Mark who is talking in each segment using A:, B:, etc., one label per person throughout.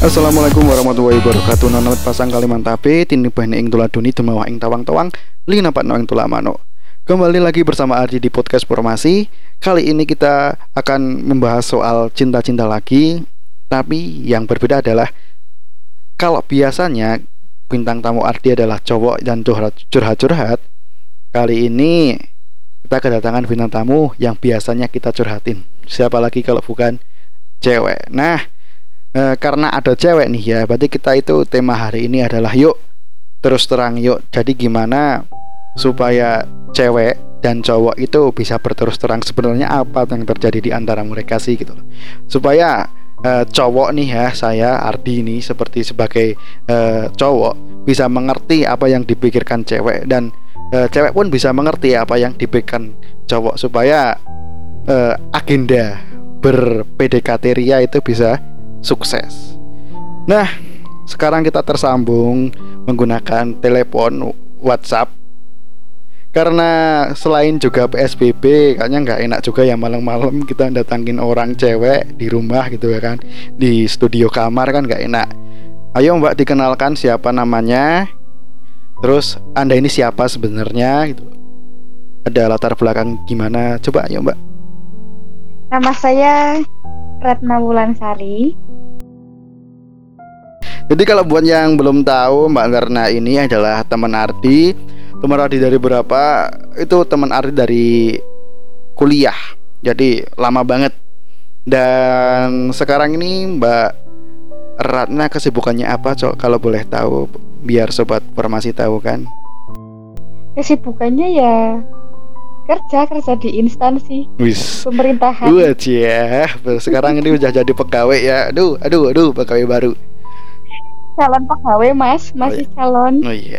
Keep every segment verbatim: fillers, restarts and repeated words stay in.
A: Assalamualaikum warahmatullahi wabarakatuh. Nonot pasang Kalimantape tini bahne ing tuladuni demawah ing tawang-tawang lina patno ing tulamano. Kembali lagi bersama Ardi di podcast Formasi. Kali ini kita akan membahas soal cinta-cinta lagi. Tapi yang berbeda adalah kalau biasanya bintang tamu Ardi adalah cowok dan curhat-curhat, kali ini kita kedatangan bintang tamu yang biasanya kita curhatin. Siapa lagi kalau bukan cewek. Nah, E, karena ada cewek nih ya, berarti kita itu tema hari ini adalah yuk terus terang yuk. Jadi gimana supaya cewek dan cowok itu bisa berterus terang sebenarnya apa yang terjadi di antara mereka sih gitu loh. Supaya e, cowok nih ya, saya Ardi ini seperti sebagai e, cowok bisa mengerti apa yang dipikirkan cewek, dan e, cewek pun bisa mengerti apa yang dipikirkan cowok, supaya e, agenda ber-P D K T ria itu bisa sukses. Nah, sekarang kita tersambung menggunakan telepon WhatsApp. Karena selain juga P S B B, kayaknya nggak enak juga ya malam-malam kita datangin orang cewek di rumah gitu ya kan, di studio kamar kan nggak enak. Ayo Mbak, dikenalkan siapa namanya, terus Anda ini siapa sebenarnya gitu. Ada latar belakang gimana? Coba ayo Mbak.
B: Nama saya Ratna Wulansari.
A: Jadi kalau buat yang belum tahu, Mbak Ratna ini adalah teman Ardi. Teman Ardi dari berapa? Itu teman Ardi dari kuliah. Jadi lama banget. Dan sekarang ini Mbak Ratna kesibukannya apa, Cok? Kalau boleh tahu, biar sobat Formasi tahu kan.
B: Kesibukannya ya kerja kerja di instansi
A: Wis.
B: pemerintahan.
A: Wah, ya. Sekarang ini udah jadi pegawai ya. Aduh, aduh, aduh, pegawai baru.
B: Calon pegawai Mas, masih
A: oh, iya.
B: calon.
A: Oh iya.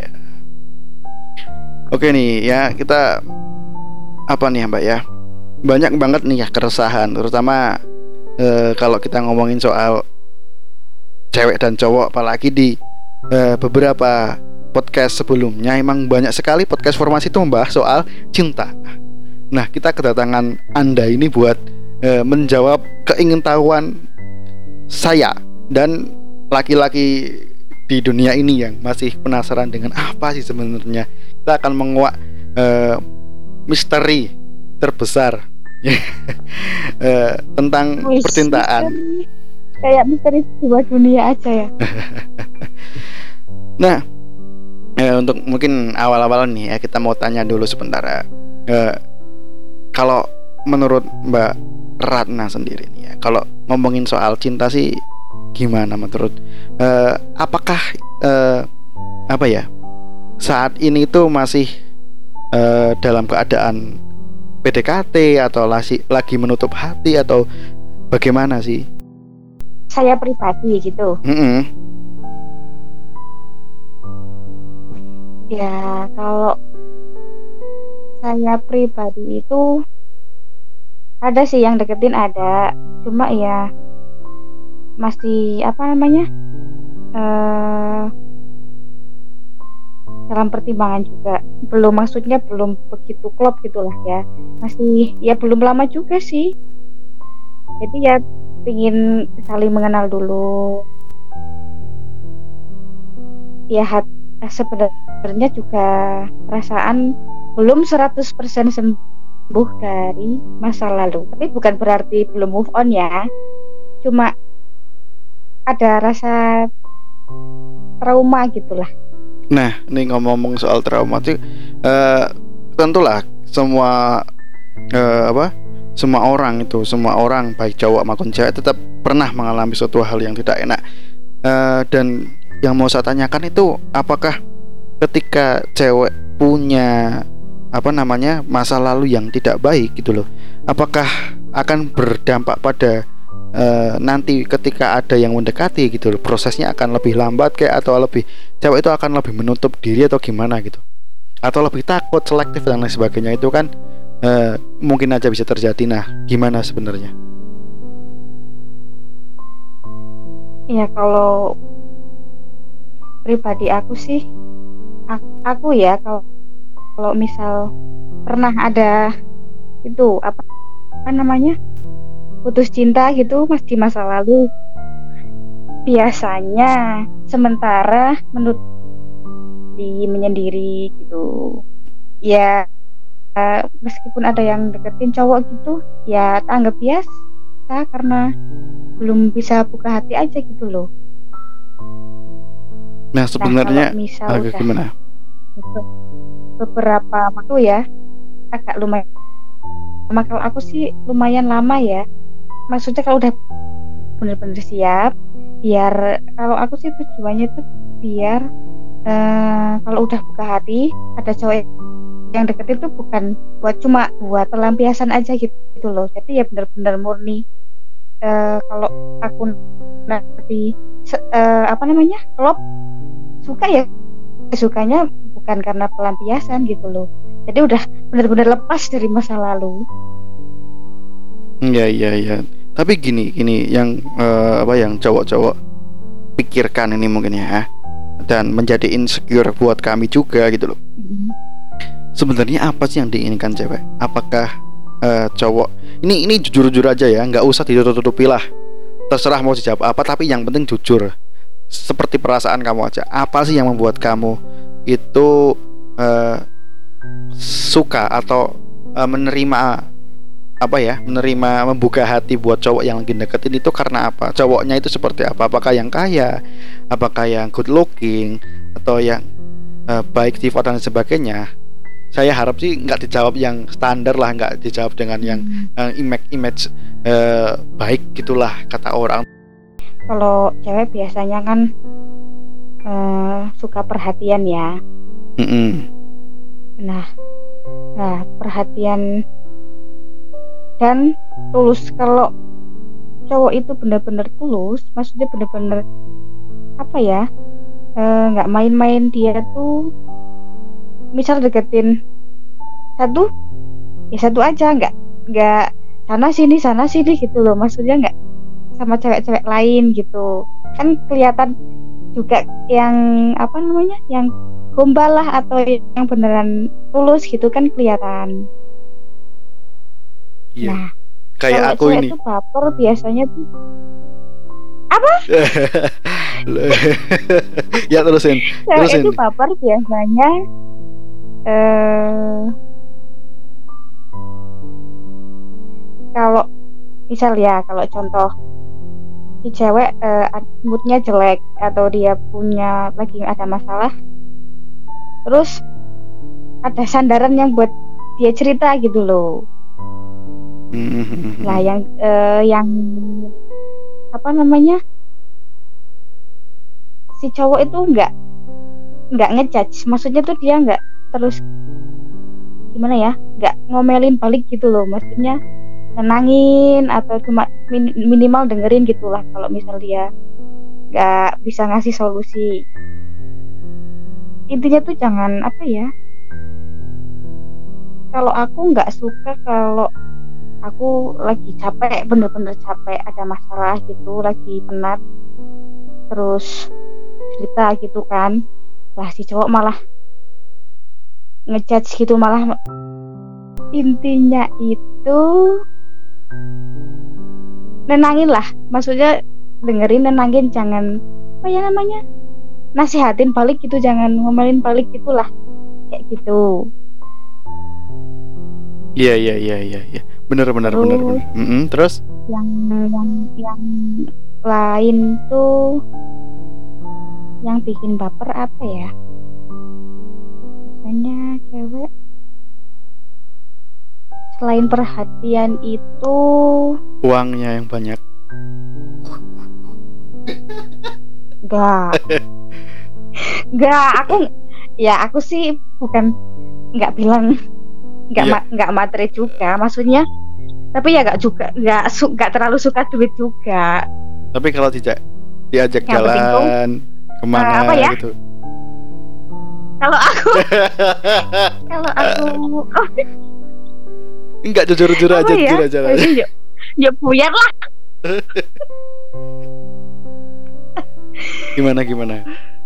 A: Oke nih ya, kita apa nih Mbak ya? Banyak banget nih ya keresahan, terutama eh, kalau kita ngomongin soal cewek dan cowok, apalagi di eh, beberapa podcast sebelumnya emang banyak sekali podcast Formasi itu membahas soal cinta. Nah, kita kedatangan Anda ini buat e, menjawab keingintahuan saya dan laki-laki di dunia ini yang masih penasaran dengan apa sih sebenarnya. Kita akan menguak e, misteri terbesar e, tentang
B: Wih,
A: percintaan.
B: Misteri. Kayak misteri sebuah dunia aja ya.
A: Nah, Eh, untuk mungkin awal-awal nih ya, kita mau tanya dulu sebentar ya. Eh, kalau menurut Mbak Ratna sendiri nih ya, kalau ngomongin soal cinta sih gimana menurut eh, apakah eh, apa ya, saat ini tuh masih eh, dalam keadaan P D K T atau lagi, lagi menutup hati atau bagaimana sih?
B: Saya pribadi gitu.
A: Mm-mm.
B: Ya, kalau saya pribadi itu ada sih yang deketin, ada. Cuma ya masih apa namanya? Eh, dalam pertimbangan juga. Belum, maksudnya belum begitu klop gitulah ya. Masih ya belum lama juga sih. Jadi ya pingin saling mengenal dulu. Ya hat, sebenarnya juga perasaan belum seratus persen sembuh dari masa lalu. Tapi bukan berarti belum move on ya. Cuma ada rasa trauma gitulah.
A: Nah, ini ngomong-ngomong soal trauma sih, uh, tentulah semua uh, apa? Semua orang itu, semua orang baik cowok maupun cewek tetap pernah mengalami suatu hal yang tidak enak. Uh, dan yang mau saya tanyakan itu, apakah ketika cewek punya apa namanya masa lalu yang tidak baik gitu loh, apakah akan berdampak pada uh, nanti ketika ada yang mendekati gitu loh, prosesnya akan lebih lambat kayak, atau lebih cewek itu akan lebih menutup diri atau gimana gitu, atau lebih takut, selektif dan lain sebagainya, itu kan uh, mungkin aja bisa terjadi. Nah, gimana sebenarnya?
B: Ya kalau pribadi aku sih, aku, aku ya kalau kalau misal pernah ada itu apa, apa namanya putus cinta gitu mas di masa lalu, biasanya sementara menurut di menyendiri gitu ya, eh, meskipun ada yang deketin cowok gitu ya tak anggap biasa karena belum bisa buka hati aja gitu loh.
A: Nah sebenarnya
B: Nah, misal
A: agak
B: udah
A: gimana?
B: beberapa waktu ya agak lumayan lama, kalau aku sih lumayan lama ya, maksudnya kalau udah bener-bener siap, biar kalau aku sih tujuannya tuh biar uh, kalau udah buka hati ada cowok yang deketin tuh bukan buat cuma buat pelampiasan aja gitu, gitu loh. Jadi ya bener-bener murni uh, kalau aku nanti uh, apa namanya klop suka ya sukanya bukan karena pelampiasan gitu loh. Jadi udah benar-benar lepas dari masa lalu.
A: Iya iya iya. Tapi gini gini yang uh, apa yang cowok-cowok pikirkan ini mungkin ya, dan menjadi insecure buat kami juga gitu loh. Mm-hmm. Sebenarnya apa sih yang diinginkan cewek? Apakah uh, cowok ini ini jujur-jujur aja ya, nggak usah ditutup-tutupi lah. Terserah mau dijawab apa, tapi yang penting jujur. Seperti perasaan kamu aja. Apa sih yang membuat kamu itu uh, suka atau uh, menerima apa ya menerima membuka hati buat cowok yang lagi deketin itu karena apa? Cowoknya itu seperti apa? Apakah yang kaya, apakah yang good looking, atau yang uh, baik sifat dan sebagainya? Saya harap sih nggak dijawab yang standar lah, nggak dijawab dengan yang uh, image image uh, baik gitulah kata orang.
B: Kalau cewek biasanya kan uh, suka perhatian ya.
A: Mm-mm.
B: Nah, nah perhatian dan tulus. Kalau cowok itu benar-benar tulus, maksudnya benar-benar apa ya, nggak e, main-main. Dia tuh misal deketin satu, ya satu aja, nggak nggak sana sini sana sini gitu loh. Maksudnya nggak sama cewek-cewek lain gitu. Kan kelihatan juga yang apa namanya, yang gombal lah atau yang beneran tulus gitu kan kelihatan.
A: Iya.
B: Nah,
A: kayak
B: kalau
A: aku
B: cewek
A: ini.
B: Itu baper biasanya tuh apa?
A: Ya terusin.
B: Cewek
A: terusin.
B: itu baper biasanya eh kalau misal ya, kalau contoh si cewek eh, moodnya jelek atau dia punya lagi ada masalah, terus ada sandaran yang buat dia cerita gitu loh. Lah yang eh, yang apa namanya, si cowok itu nggak nggak ngejudge, maksudnya tuh dia nggak terus gimana ya, nggak ngomelin balik gitu loh, maksudnya nenangin atau cuma min, minimal dengerin gitulah. Kalau misal dia nggak bisa ngasih solusi, intinya tuh jangan apa ya, kalau aku nggak suka kalau aku lagi capek, bener-bener capek, ada masalah gitu, lagi penat, terus cerita gitu kan, lah si cowok malah ngejudge gitu. Malah intinya itu nenangin lah, maksudnya dengerin, nenangin, jangan apa ya namanya, nasihatin balik gitu, jangan ngomelin balik gitulah, kayak gitu.
A: Iya iya iya iya iya. Benar benar
B: terus,
A: benar benar. Mm-hmm, terus
B: yang yang yang lain tuh yang bikin baper apa ya? Biasanya cewek selain perhatian itu
A: uangnya yang banyak.
B: Enggak. Enggak, aku ya aku sih bukan nggak bilang nggak yeah. ma- nggak materi juga, maksudnya, tapi ya nggak juga nggak su- nggak terlalu suka duit juga.
A: Tapi kalau tidak diajak
B: yang
A: jalan kemana
B: uh, apa ya?
A: Gitu.
B: Kalau aku kalau aku oh,
A: enggak, jujur-jujur aja,
B: ya?
A: jujur aja.
B: Ya, ya buyar lah.
A: Gimana gimana?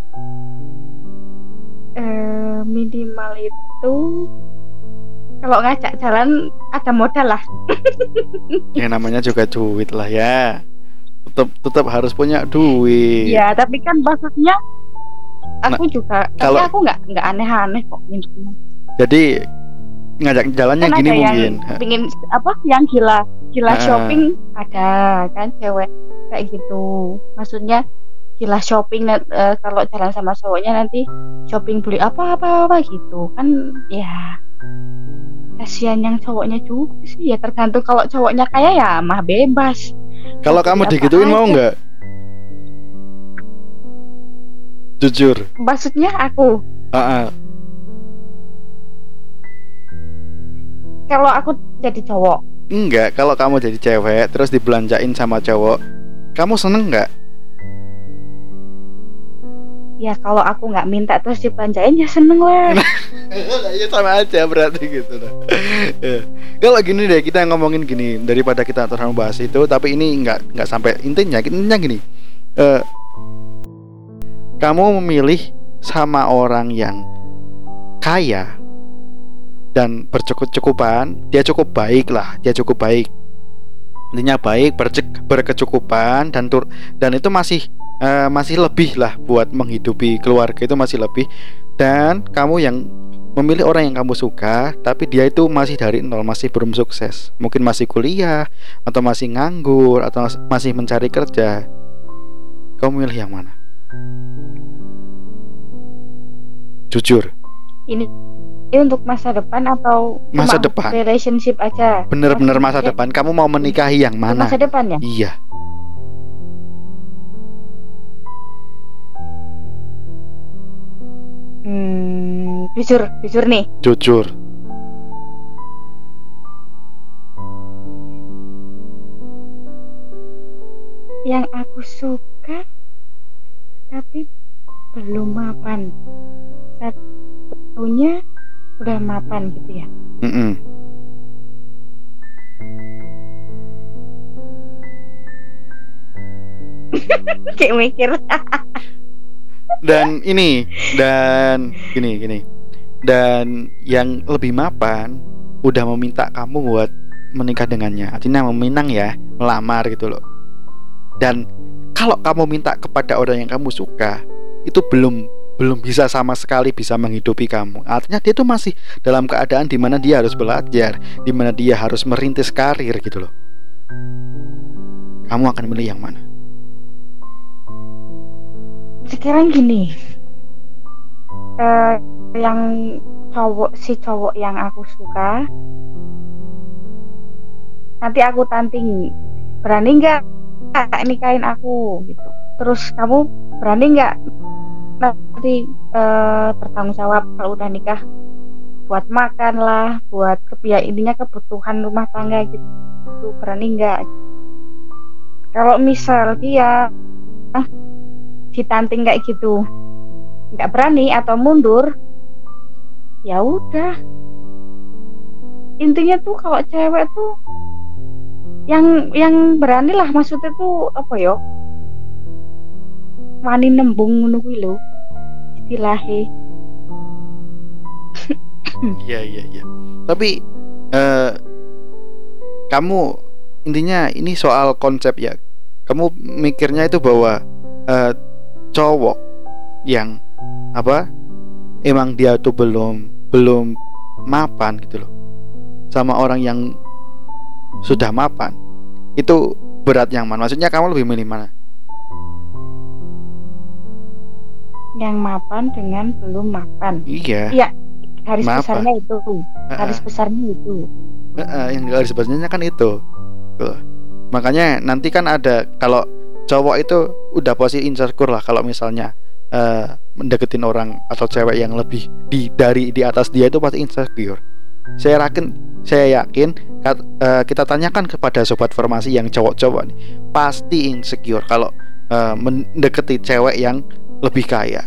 B: Uh, minimal itu kalau ngajak jalan ada modal lah.
A: Yang namanya juga duit lah ya. Tetap tetap tetap harus punya duit.
B: Ya, tapi kan maksudnya aku
A: Nah,
B: juga, tapi
A: kalau-
B: aku nggak nggak aneh-aneh kok intinya.
A: Jadi ngajak jalannya
B: Kan
A: gini
B: ada yang
A: mungkin.
B: pingin apa, yang gila gila
A: Ah.
B: shopping ada kan cewek kayak gitu. Maksudnya gila shopping na- eh, kalau jalan sama cowoknya nanti shopping beli apa apa apa gitu kan ya. Kasihan yang cowoknya juga sih, ya tergantung. Kalau cowoknya kaya ya mah bebas.
A: Kalau
B: Mau
A: kamu
B: beli apa
A: digituin mau
B: aja.
A: nggak? Jujur.
B: Maksudnya aku,
A: Ah, ah.
B: kalau aku jadi cowok,
A: Enggak, kalau kamu jadi cewek terus dibelanjain sama cowok, kamu seneng nggak?
B: ya kalau aku nggak minta terus dibelanjain ya seneng lah.
A: Ya sama aja berarti gitu lah. Ya. Kalau gini deh, kita ngomongin gini, daripada kita terlalu bahas itu, tapi ini nggak nggak sampai intinya. Intinya gini, eh, kamu memilih sama orang yang kaya dan bercukup-cukupan, dia cukup baik lah, dia cukup baik, intinya baik, bercek- berkecukupan dan tur dan itu masih eh, masih lebih lah buat menghidupi keluarga, itu masih lebih. Dan kamu yang memilih orang yang kamu suka, tapi dia itu masih dari nol, masih belum sukses, mungkin masih kuliah atau masih nganggur atau mas- masih mencari kerja. Kamu milih yang mana? Jujur.
B: Ini ini untuk masa depan atau
A: Masa
B: cuma
A: depan.
B: relationship aja?
A: Bener-bener masa
B: Maksudnya,
A: depan. Kamu mau menikahi yang mana?
B: Masa depan ya?
A: Iya.
B: Hmm, jujur, jujur nih.
A: Jujur.
B: Yang aku suka tapi belum mapan. Satunya udah mapan gitu ya.
A: Mm-mm.
B: Kayak mikir.
A: Dan ini dan gini gini. Dan yang lebih mapan udah meminta kamu buat menikah dengannya. Artinya meminang ya, melamar gitu loh. Dan kalau kamu minta kepada orang yang kamu suka, itu belum belum bisa sama sekali bisa menghidupi kamu. Artinya dia tuh masih dalam keadaan di mana dia harus belajar, di mana dia harus merintis karir gitu loh. Kamu akan milih yang mana?
B: Sekarang gini, eh, yang cowok si cowok yang aku suka, nanti aku tantang, berani nggak nikahin aku gitu. Terus kamu berani nggak nanti eh, bertanggung jawab kalau udah nikah, buat makan lah, buat ke, ya intinya kebutuhan rumah tangga gitu, berani nggak? Kalau misal dia ah, ditanting kayak gitu nggak berani atau mundur, ya udah. Intinya tuh kalau cewek tuh yang yang berani lah, maksudnya tuh apa yo, wani nembung ngono kuwi lho istilahnya.
A: Iya iya iya. Tapi eh, kamu intinya ini soal konsep ya. Kamu mikirnya itu bahwa eh, cowok yang apa emang dia tuh belum belum mapan gitu loh, sama orang yang sudah mapan, itu berat yang mana? Maksudnya kamu lebih milih mana?
B: Yang mapan dengan belum mapan.
A: Iya.
B: Iya, garis
A: Mapan.
B: besarnya itu. Garis
A: Heeh.
B: besarnya itu.
A: Heeh, yang garis besarnya kan itu. Tuh. Makanya nanti kan ada, kalau cowok itu udah pasti insecure lah kalau misalnya uh, mendeketin orang atau cewek yang lebih di dari di atas dia, itu pasti insecure. Saya yakin, saya yakin kat, uh, kita tanyakan kepada sobat formasi yang cowok-cowok nih, pasti insecure kalau uh, mendeketi cewek yang lebih kaya.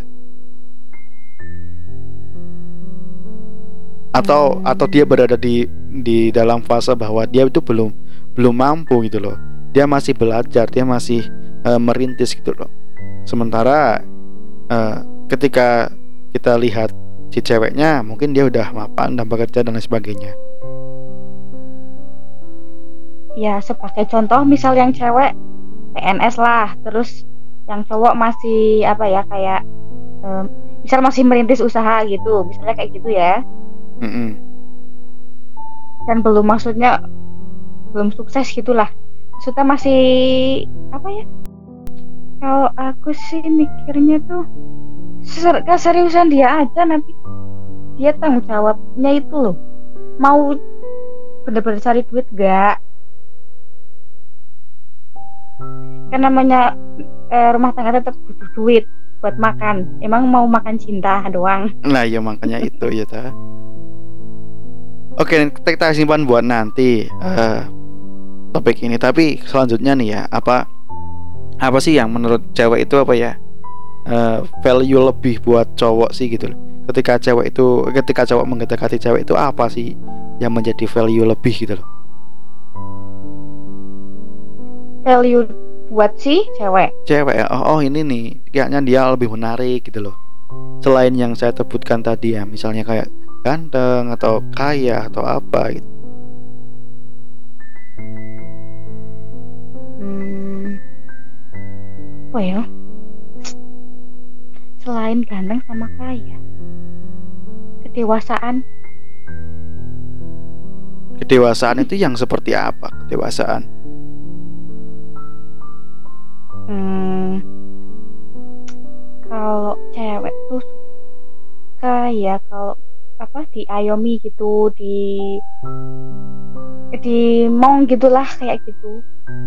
A: Atau
B: Hmm.
A: atau dia berada di di dalam fase bahwa dia itu belum belum mampu gitu loh. Dia masih belajar, dia masih uh, merintis gitu loh. Sementara uh, ketika kita lihat si ceweknya, mungkin dia udah mapan dan bekerja dan lain sebagainya.
B: Ya sebagai contoh, misal yang cewek P N S lah, terus yang cowok masih apa ya kayak um, misal masih merintis usaha gitu, misalnya kayak gitu ya.
A: Mm-mm.
B: Dan belum maksudnya belum sukses gitulah. Maksudnya masih apa ya? Kalau aku sih mikirnya tuh ser- keseriusan dia aja, nanti dia tanggung jawabnya itu loh. Mau bener-bener cari duit gak? Kan namanya eh, rumah tangga tetap butuh duit buat makan. Emang mau makan cinta doang?
A: Nah ya makanya itu ya ta. Oke, kita simpan buat nanti uh, topik ini. Tapi selanjutnya nih ya, apa apa sih yang menurut cewek itu apa ya uh, value lebih buat cowok sih gitu loh. Ketika cewek itu, ketika cowok mendekati cewek itu apa sih yang menjadi value lebih gitu loh?
B: Value buat si cewek.
A: Cewek ya, oh, oh ini nih kayaknya dia lebih menarik gitu loh. Selain yang saya sebutkan tadi ya, misalnya kayak ganteng atau kaya atau apa gitu.
B: Hmm, apa ya? Selain ganteng sama kaya, kedewasaan.
A: Kedewasaan itu yang seperti apa? Kedewasaan.
B: Hmm, kalau cewek tuh kaya kalau apa diayomi gitu, di di mong gitulah kayak gitu.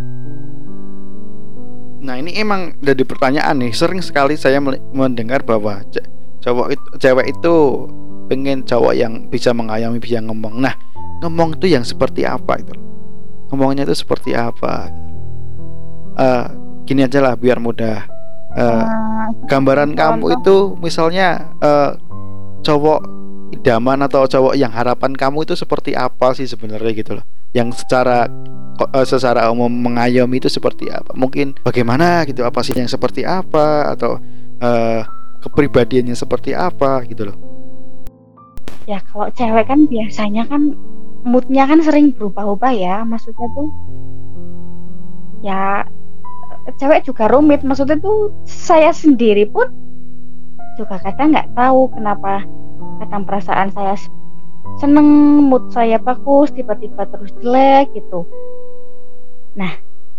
A: Nah ini emang jadi pertanyaan nih. Sering sekali saya mendengar bahwa ce- cowok itu, cewek itu pengen cowok yang bisa mengayomi, bisa ngomong. Nah ngomong itu yang seperti apa itu? Ngomongnya itu seperti apa? Uh, gini aja lah biar mudah. Uh, uh, gambaran kamu itu misalnya uh, cowok idaman atau cowok yang harapan kamu itu seperti apa sih sebenarnya gitu loh? Yang secara uh, secara umum mengayomi itu seperti apa? Mungkin bagaimana gitu? Apa sih yang seperti apa? Atau uh, kepribadiannya seperti apa gitu loh?
B: Ya kalau cewek kan biasanya kan moodnya kan sering berubah-ubah ya. Maksudnya tuh ya cewek juga rumit. Maksudnya tuh saya sendiri pun juga kadang nggak tahu kenapa kadang perasaan saya seneng, mood saya bagus, tiba-tiba terus jelek gitu. Nah,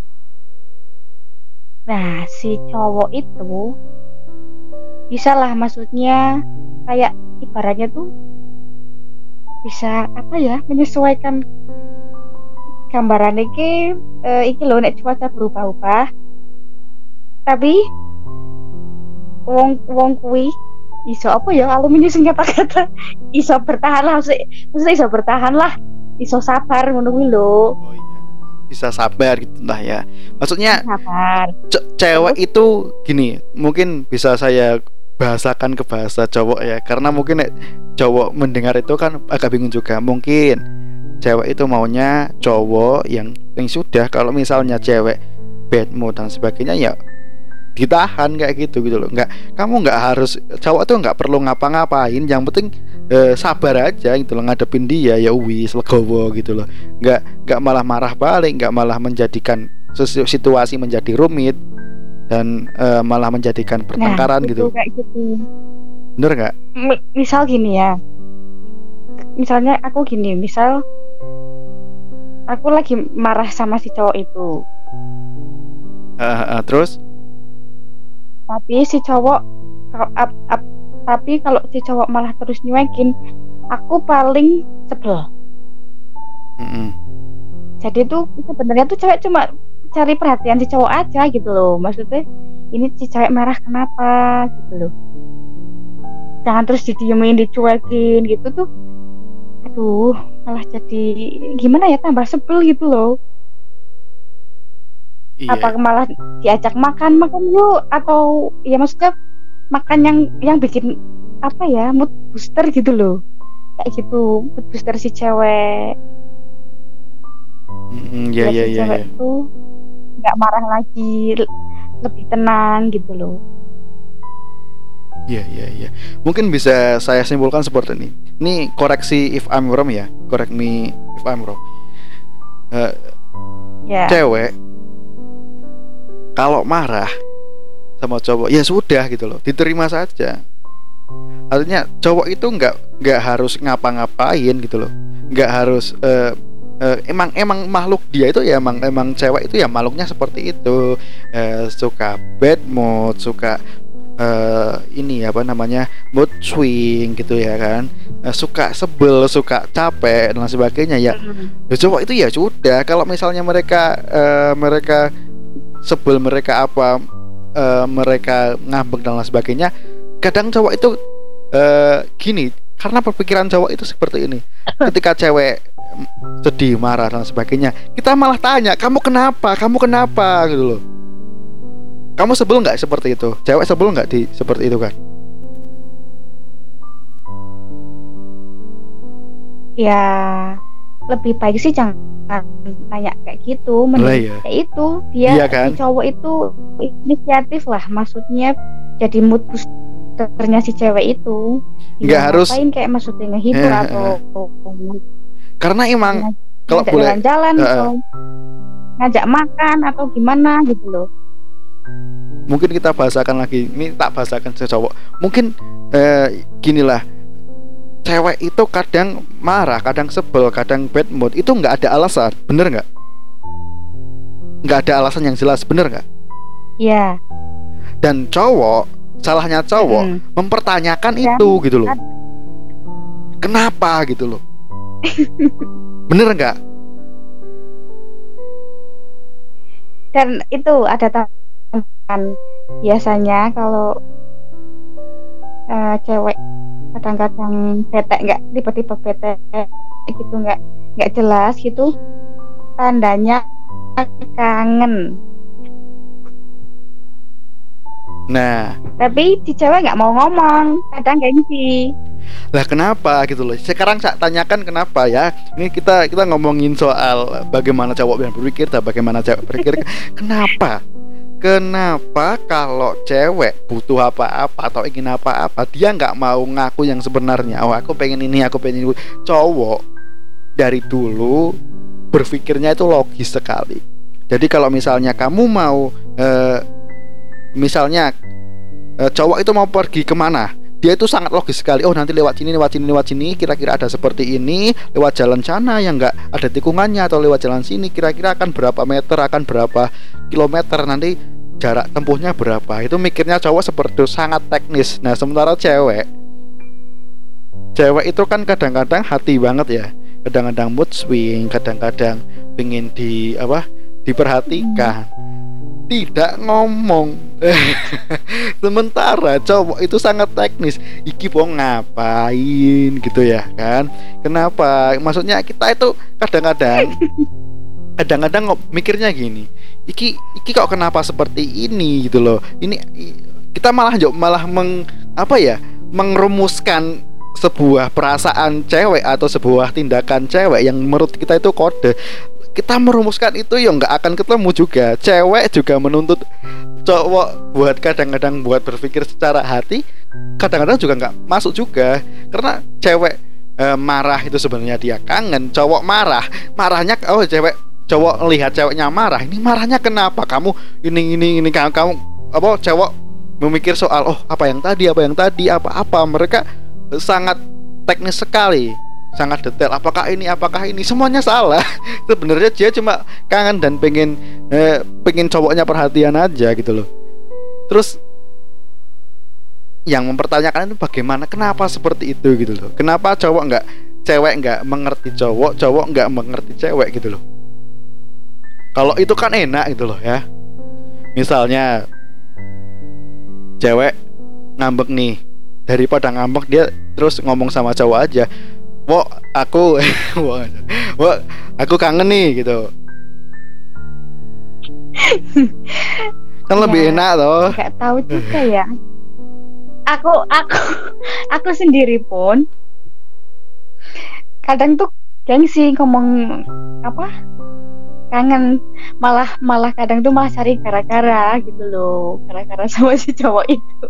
B: nah si cowok itu bisa lah, maksudnya kayak ibaratnya tuh bisa apa ya, menyesuaikan gambaran iki uh, iki loh nek cuaca berubah-ubah. Tapi wong wong kuwi iso apa ya, aluminium sing kata-kata iso bertahan lah, maksudnya iso bertahan lah, iso sabar ngono kuwi lho.
A: Oh iya, bisa sabar gitu lah ya. Maksudnya
B: sabar.
A: Ce- cewek Terus? Itu gini, mungkin bisa saya bahasakan ke bahasa cowok ya, karena mungkin cowok mendengar itu kan agak bingung juga. Mungkin cewek itu maunya cowok yang yang sudah, kalau misalnya cewek bad mood dan sebagainya ya ditahan kayak gitu gitu loh. Nggak, kamu nggak harus, cowok tuh nggak perlu ngapa-ngapain, yang penting eh, sabar aja gitu loh, ngadepin dia ya wis legowo gitu loh. Nggak nggak malah marah balik, nggak malah menjadikan situasi menjadi rumit dan eh, malah menjadikan pertengkaran nah, gitu.
B: Kayak gitu.
A: Bener nggak?
B: M- misal gini ya, misalnya aku gini, misal aku lagi marah sama si cowok itu.
A: Uh, uh, terus?
B: Tapi si cowok up, up, tapi kalau si cowok malah terus nyuekin, aku paling sebel.
A: Mm-hmm.
B: Jadi tuh sebenarnya tuh cewek cuma cari perhatian si cowok aja gitu loh. Maksudnya ini si cewek marah kenapa gitu loh. Jangan terus didiemin, dicuekin gitu tuh. Aduh, malah jadi gimana ya, tambah sebel gitu loh. Iya. Apa malah diajak makan makan yuk, atau ya maksudnya makan yang yang bikin apa ya, mood booster gitu loh, kayak gitu, mood booster si cewek.
A: Mm, ya ya
B: si
A: ya.
B: Cewek
A: ya.
B: tuh nggak marah lagi, lebih tenang gitu loh.
A: Iya iya iya. Mungkin bisa saya simpulkan seperti ini. Ini koreksi if I'm wrong ya, correct me if I'm wrong. Uh, yeah. Cewek kalau marah sama cowok ya sudah gitu loh, diterima saja. Artinya cowok itu nggak nggak harus ngapa-ngapain gitu loh, nggak harus uh, uh, emang emang makhluk dia itu ya emang emang cewek itu ya makhluknya seperti itu, uh, suka bad mood, suka uh, ini apa namanya mood swing gitu ya kan, uh, suka sebel, suka capek dan lain sebagainya ya. Ya cowok itu ya sudah, kalau misalnya mereka uh, mereka sebel, mereka apa uh, mereka ngambek dan lain sebagainya, kadang cowok itu uh, gini, karena perpikiran cowok itu seperti ini. Ketika cewek sedih, marah dan sebagainya, kita malah tanya, kamu kenapa, kamu kenapa gitu loh. Kamu sebel nggak seperti itu? Cewek sebel nggak di seperti itu kan?
B: Ya lebih baik sih jangan tanya kayak gitu, mending
A: iya.
B: kayak itu dia
A: Iya kan?
B: si cowok itu inisiatif lah, maksudnya jadi mood boosternya si cewek itu. Dia
A: Nggak harus
B: ngapain kayak maksudnya ngehibur
A: Eh,
B: atau
A: karena emang kalau
B: ngajak
A: boleh
B: jalan-jalan
A: eh,
B: atau ngajak makan atau gimana gitu loh.
A: mungkin kita bahasakan lagi, ini tak bahasakan si cowok. Mungkin eh, ginilah, cewek itu kadang marah, kadang sebel, kadang bad mood, itu nggak ada alasan, bener nggak? Nggak ada alasan yang jelas, bener nggak?
B: Iya.
A: Dan cowok, salahnya cowok
B: Mm.
A: mempertanyakan
B: Ya,
A: itu gitu loh.
B: ad-
A: Kenapa gitu loh? Bener nggak?
B: Dan itu ada tambahan, biasanya kalau eh, cewek kadang-kadang bete, nggak tiba-tiba bete gitu, nggak nggak jelas gitu, tandanya kangen.
A: Nah,
B: Tapi si cewek nggak mau ngomong, kadang gengsi.
A: lah kenapa gitu loh? Sekarang saya tanyakan kenapa ya? Ini kita kita ngomongin soal bagaimana cowok yang berpikir dan bagaimana cewek berpikir. Kenapa? Kenapa kalau cewek butuh apa-apa atau ingin apa-apa, dia nggak mau ngaku yang sebenarnya? Oh, aku pengen ini, aku pengen itu. Cowok dari dulu berpikirnya itu logis sekali. Jadi kalau misalnya kamu mau eh, misalnya eh, cowok itu mau pergi kemana, dia itu sangat logis sekali. Oh, nanti lewat sini, lewat sini, lewat sini, kira-kira ada seperti ini. Lewat jalan sana yang nggak ada tikungannya, atau lewat jalan sini, kira-kira akan berapa meter, akan berapa kilometer, nanti jarak tempuhnya berapa. Itu mikirnya cowok seperti itu, sangat teknis. Nah, sementara cewek Cewek itu kan kadang-kadang hati banget ya. Kadang-kadang mood swing, kadang-kadang pengen di apa? diperhatikan. Tidak ngomong. Sementara cowok itu sangat teknis. Iki mau ngapain gitu ya kan? Kenapa? Maksudnya kita itu kadang-kadang kadang-kadang mikirnya gini. Iki iki kok kenapa seperti ini gitu loh. Ini kita malah malah meng apa ya? Mengrumuskan sebuah perasaan cewek atau sebuah tindakan cewek yang menurut kita itu kode. Kita merumuskan itu ya nggak akan ketemu juga. Cewek juga menuntut cowok buat kadang-kadang buat berpikir secara hati, kadang-kadang juga nggak masuk juga. Karena cewek e, marah itu sebenarnya dia kangen. Cowok marah, marahnya oh cewek cowok lihat ceweknya marah, ini marahnya kenapa? Kamu ini ini ini kamu, kamu apa cowok memikir soal oh apa yang tadi apa yang tadi apa-apa. Mereka sangat teknis sekali, sangat detail. Apakah ini, apakah ini, semuanya salah. Sebenarnya dia cuma kangen dan pengen eh, pengen cowoknya perhatian aja gitu loh. Terus yang mempertanyakan itu bagaimana, kenapa seperti itu gitu loh. Kenapa cowok nggak, cewek nggak mengerti cowok, cowok nggak mengerti cewek gitu loh. Kalau itu kan enak gitu loh ya. Misalnya cewek ngambek nih, daripada ngambek dia terus ngomong sama cowok aja, "Wo, aku wo, aku kangen nih," gitu. Kan lebih
B: Ya,
A: enak loh.
B: nggak tahu juga ya. Aku aku aku sendiri pun kadang tuh gengsi ngomong apa kangen, malah malah kadang tuh malah cari gara-gara gitu loh, gara-gara sama si cowok itu.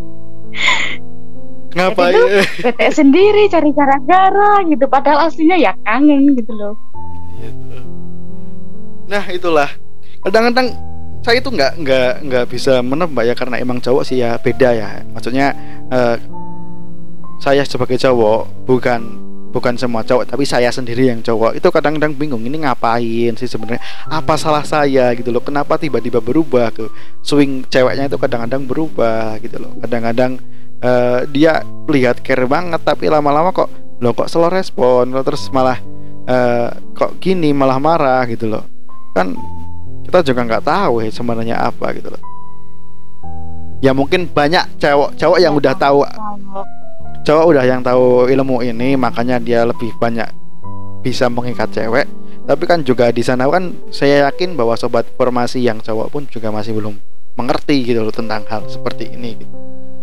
A: Ngapain?
B: Bete sendiri cari gara-gara gitu, padahal aslinya ya kangen gitu loh.
A: Nah itulah, kadang-kadang saya itu nggak nggak nggak bisa menebak ya, karena emang cowok sih ya beda ya. Maksudnya uh, saya sebagai cowok, bukan bukan semua cowok, tapi saya sendiri yang cowok itu kadang-kadang bingung ini ngapain sih sebenarnya, apa salah saya gitu loh, kenapa tiba-tiba berubah tuh swing ceweknya itu kadang-kadang berubah gitu loh, kadang-kadang uh, dia lihat care banget tapi lama-lama kok loh kok slow respon, terus malah uh, kok gini malah marah gitu loh, kan kita juga nggak tahu ya sebenarnya apa gitu loh. Ya mungkin banyak cowok-cowok yang udah tahu, cowok udah yang tahu ilmu ini, makanya dia lebih banyak bisa mengikat cewek. Tapi kan juga di sana kan saya yakin bahwa sobat formasi yang cowok pun juga masih belum mengerti gitu loh tentang hal seperti ini gitu.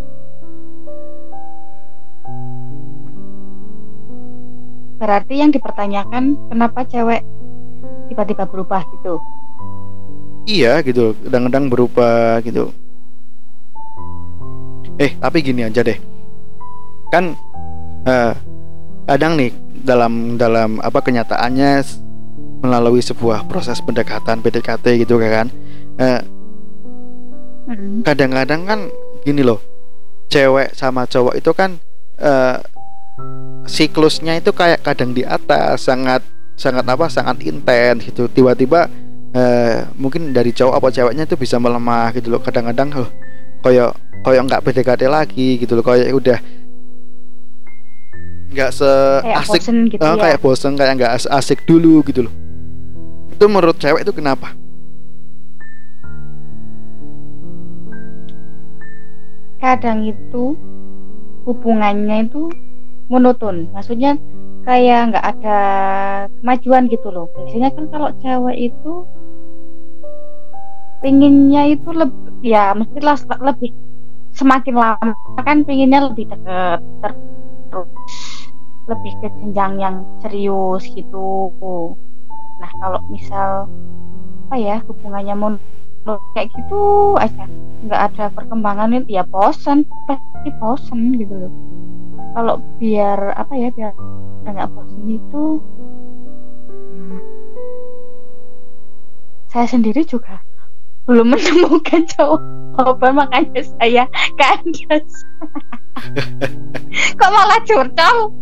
B: Berarti yang dipertanyakan kenapa cewek tiba-tiba berubah gitu?
A: Iya gitu, kadang-kadang berubah gitu. Eh tapi gini aja deh, kan uh, kadang nih dalam dalam apa kenyataannya melalui sebuah proses pendekatan P D K T gitu kan, uh, hmm. kadang-kadang kan gini loh, cewek sama cowok itu kan uh, siklusnya itu kayak kadang di atas sangat sangat apa sangat intens gitu, tiba-tiba uh, mungkin dari cowok apa ceweknya itu bisa melemah gitu loh, kadang-kadang oh, koyo koyo nggak P D K T lagi gitu loh, kayak udah nggak seasik gitu uh, ya? Kayak bosen, kayak nggak asik dulu gitu loh. Itu menurut cewek itu kenapa?
B: Kadang itu hubungannya itu monoton, maksudnya kayak nggak ada kemajuan gitu loh. Biasanya kan kalau cewek itu pinginnya itu lebih, ya mestilah lebih semakin lama kan pinginnya lebih dekat terus lebih ke jenjang yang serius gitu. Nah kalau misal apa ya hubungannya monoton kayak gitu aja, nggak ada perkembangan itu ya bosan, pasti bosan gitu loh. Kalau biar apa ya biar nggak bosan itu, hmm, saya sendiri juga belum menemukan jawaban, makanya saya kandas. Kok malah curcol?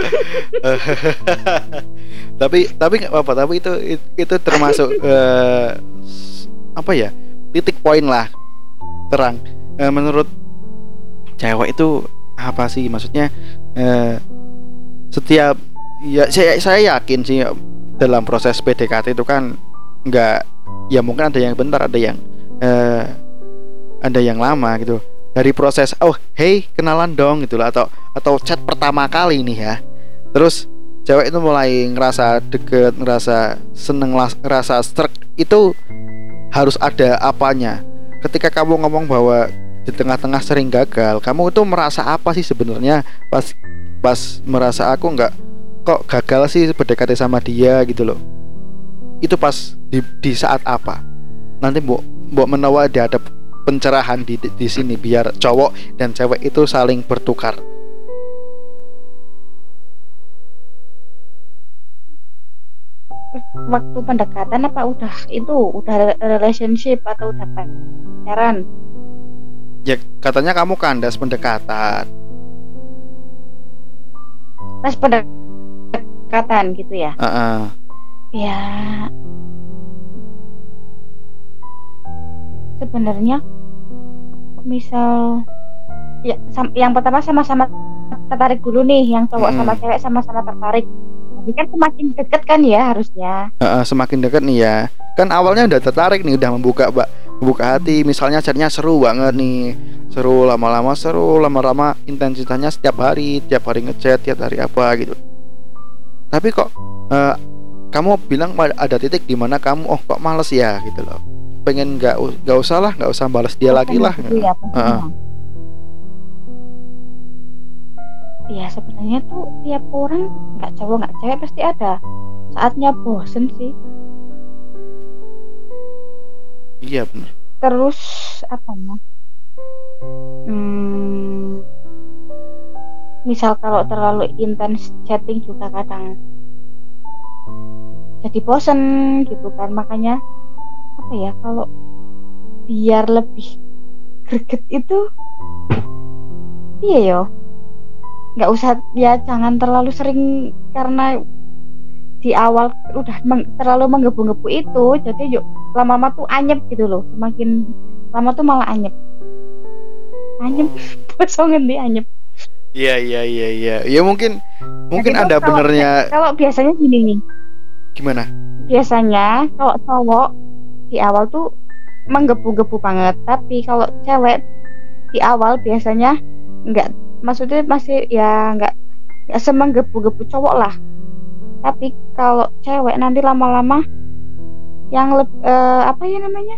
A: tapi tapi nggak apa-apa, tapi itu itu termasuk uh, apa ya titik poin lah terang. Uh, menurut cewek itu apa sih maksudnya? Uh, setiap ya saya saya yakin sih dalam proses P D K T itu kan nggak, ya mungkin ada yang bentar, ada yang uh, ada yang lama gitu. Dari proses oh hey kenalan dong gitu lah, atau atau chat pertama kali nih ya, terus cewek itu mulai ngerasa deket, ngerasa seneng, ngerasa struck, itu harus ada apanya. Ketika kamu ngomong bahwa di tengah-tengah sering gagal, kamu itu merasa apa sih sebenarnya pas pas merasa aku nggak kok gagal sih P D K T sama dia gitu loh. Itu pas di, di saat apa? Nanti mbok mbok menawa dia ada pencerahan di, di di sini biar cowok dan cewek itu saling bertukar.
B: Waktu pendekatan apa udah itu udah relationship atau udah pacaran?
A: Ya katanya kamu kandas pendekatan.
B: Pas pendekatan gitu ya?
A: Uh-uh.
B: Ya sebenarnya misal ya sam- yang pertama sama-sama tertarik dulu nih, yang cowok hmm. sama cewek sama-sama tertarik, tapi kan semakin deket kan ya harusnya.
A: Uh, uh, semakin deket nih ya, kan awalnya udah tertarik nih, udah membuka mbak membuka hati, misalnya chatnya seru banget nih, seru lama-lama seru lama-lama intensitasnya setiap hari, tiap hari ngechat, tiap hari apa gitu. Tapi kok uh, kamu bilang ada titik di mana kamu oh kok males ya gitu loh, pengen nggak nggak usah lah, nggak usah balas dia lagi lah.
B: Ya, uh-uh. Ya sebenarnya tuh tiap orang, nggak cowok nggak cewek, pasti ada saatnya bosen sih.
A: Iya benar.
B: Terus apa ya? Hmm, misal kalau terlalu intens chatting juga kadang jadi bosen gitu kan, makanya apa ya kalau biar lebih greget itu iya yo, nggak usah ya, jangan terlalu sering karena di awal udah meng, terlalu menggebu-gebu itu, jadi yuk lama-lama tuh anyep gitu loh, semakin lama tuh malah anyep anyep bosong ngendi anyep.
A: Iya iya iya iya. Ya mungkin mungkin
B: Jadi
A: ada
B: tuh kalau,
A: benernya.
B: kalau biasanya gini nih,
A: Gimana?
B: biasanya kalau cowok di awal tuh menggebu-gebu banget, tapi kalau cewek di awal biasanya enggak, maksudnya masih ya enggak, enggak semenggebu-gebu cowok lah, tapi kalau cewek nanti lama-lama yang leb, eh, apa ya namanya,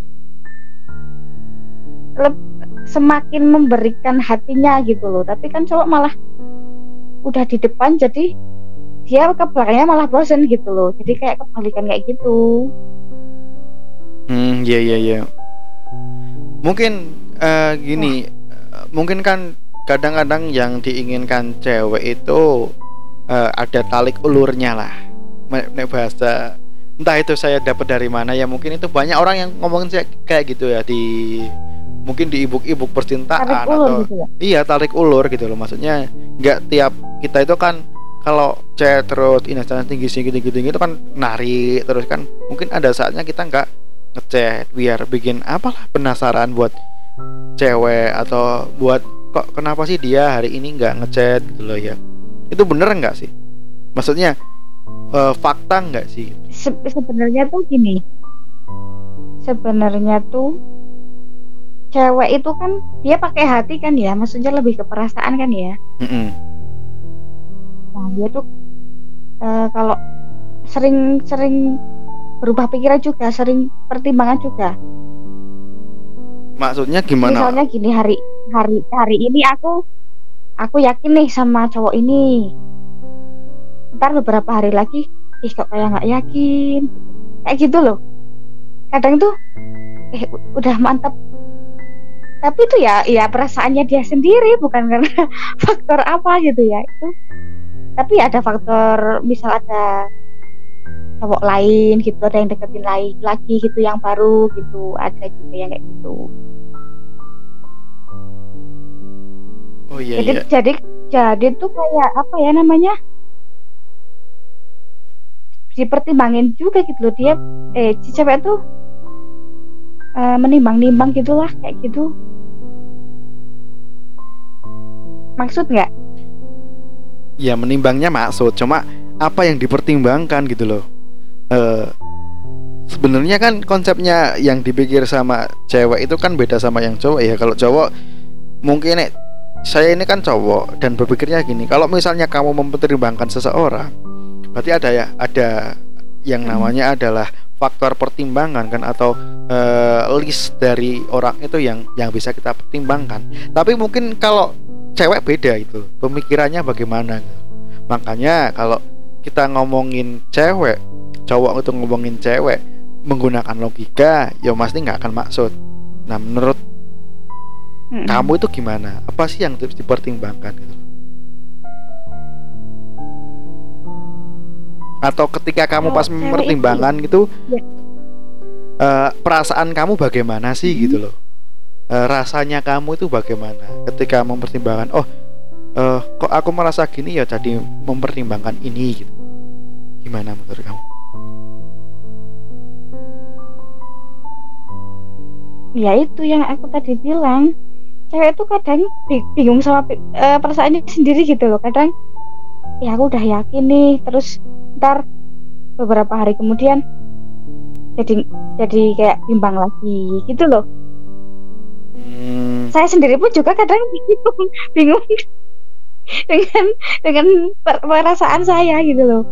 B: leb, semakin memberikan hatinya gitu loh, tapi kan cowok malah udah di depan jadi dia ke belakangnya malah bosen gitu loh, jadi kayak kebalikan kayak gitu.
A: Hmm, iya iya iya. Mungkin uh, gini, uh, mungkin kan kadang-kadang yang diinginkan cewek itu uh, ada talik ulurnya lah. Nek bahasa entah itu saya dapat dari mana ya, mungkin itu banyak orang yang ngomongin kayak gitu ya, di mungkin di ebook-ebook percintaan
B: Tarik ulur
A: atau
B: gitu ya?
A: Iya, tarik ulur gitu loh. Maksudnya nggak tiap kita itu kan kalau chat terus Instagram tinggi tinggi tinggi tinggi itu kan narik terus kan, mungkin ada saatnya kita nggak ngechat biar bikin apalah penasaran buat cewek, atau buat kok kenapa sih dia hari ini nggak ngechat gitu loh ya. Itu bener nggak sih? Maksudnya uh, fakta nggak sih?
B: Se- sebenarnya tuh gini, sebenarnya tuh cewek itu kan dia pakai hati kan ya, maksudnya lebih ke perasaan kan ya.
A: Mm-mm.
B: Nah dia tuh uh, kalau sering-sering berubah pikiran juga, sering pertimbangan juga.
A: Maksudnya gimana?
B: Misalnya gini, hari hari hari ini aku aku yakin nih sama cowok ini, ntar beberapa hari lagi ih kok kayak nggak yakin, kayak gitu loh. Kadang tuh eh udah mantap, tapi itu ya ya perasaannya dia sendiri, bukan karena faktor apa gitu ya itu. Tapi ada faktor, misal ada cowok lain gitu, ada yang deketin lain lagi gitu, yang baru gitu, ada juga yang kayak gitu.
A: Oh iya
B: jadi
A: iya.
B: jadi jadi tuh kayak apa ya namanya, dipertimbangin juga gitu loh, dia eh si cewek tuh uh, menimbang-nimbang gitulah kayak gitu. Maksud nggak?
A: Ya menimbangnya maksud, cuma apa yang dipertimbangkan gitu loh. Uh, sebenarnya kan konsepnya yang dipikir sama cewek itu kan beda sama yang cowok ya. Kalau cowok mungkin nek, saya ini kan cowok dan berpikirnya gini, kalau misalnya kamu mempertimbangkan seseorang, berarti ada ya, ada yang namanya adalah faktor pertimbangan kan, atau uh, list dari orang itu yang yang bisa kita pertimbangkan. Tapi mungkin kalau cewek beda itu, pemikirannya bagaimana. Makanya kalau kita ngomongin cewek, cowok itu ngomongin cewek menggunakan logika, ya pasti nggak akan maksud. Nah menurut hmm. kamu itu gimana? Apa sih yang harus dipertimbangkan gitu? Atau ketika kamu oh, pas mempertimbangkan gitu ya. uh, perasaan kamu bagaimana sih hmm. gitu loh? Uh, rasanya kamu itu bagaimana ketika mempertimbangkan, oh uh, kok aku merasa gini ya, jadi mempertimbangkan ini gitu. Gimana menurut kamu?
B: Ya itu yang aku tadi bilang, cewek itu kadang bingung sama uh, perasaannya sendiri gitu loh. Kadang ya aku udah yakin nih, terus ntar beberapa hari kemudian jadi jadi kayak bimbang lagi gitu loh. Hmm. Saya sendiri pun juga kadang bingung, bingung dengan dengan perasaan saya gitu loh.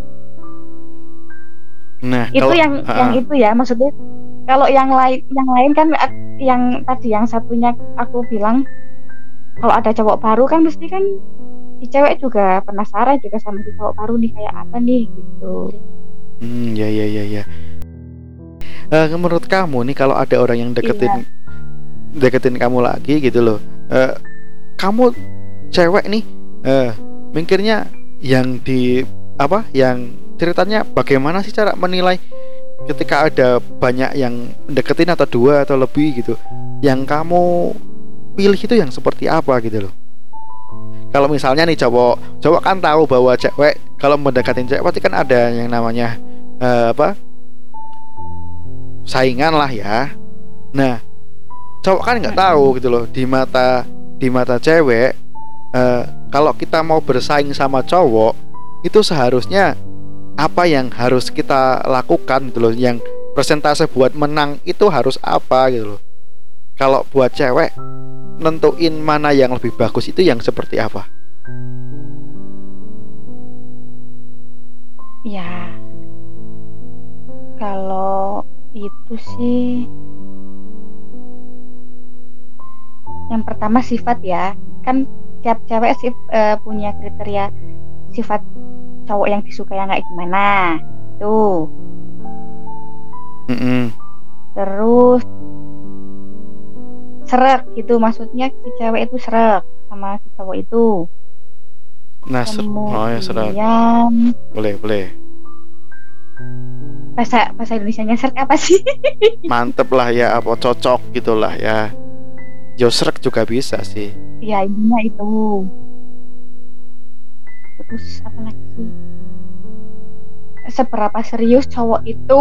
A: Nah,
B: itu
A: kalau,
B: yang
A: uh,
B: yang itu ya, maksudnya kalau yang lain yang lain kan, yang tadi yang satunya aku bilang kalau ada cowok baru kan mesti kan si cewek juga penasaran juga sama si cowok baru nih kayak apa nih gitu.
A: Hmm, ya ya ya ya. Uh, menurut kamu nih, kalau ada orang yang deketin iya. deketin kamu lagi gitu loh, uh, kamu cewek nih uh, mikirnya yang di apa, yang ceritanya bagaimana sih cara menilai ketika ada banyak yang deketin atau dua atau lebih gitu, yang kamu pilih itu yang seperti apa gitu loh. Kalau misalnya nih cowok, cowok kan tahu bahwa cewek kalau mendekatin cewek pasti kan ada yang namanya uh, apa saingan lah ya. Nah, cowok kan nggak tahu gitu loh di mata di mata cewek uh, kalau kita mau bersaing sama cowok itu seharusnya apa yang harus kita lakukan gitu loh, yang persentase buat menang itu harus apa gitu loh. Kalau buat cewek nentuin mana yang lebih bagus itu yang seperti apa?
B: Ya, kalau itu sih yang pertama sifat ya. Kan tiap cewek sih uh, punya kriteria sifat cowok yang disukai yang kayak gimana tuh.
A: Mm-mm.
B: Terus srek gitu, maksudnya si cewek itu srek sama si cowok itu.
A: Nah, ser- oh ya srek. Boleh, boleh.
B: Bahasa bahasa Indonesianya srek apa sih?
A: Mantep lah ya, apa cocok gitulah ya. Jo srek juga bisa sih.
B: Ya intinya itu. Terus apa lagi sih? Seberapa serius cowok itu?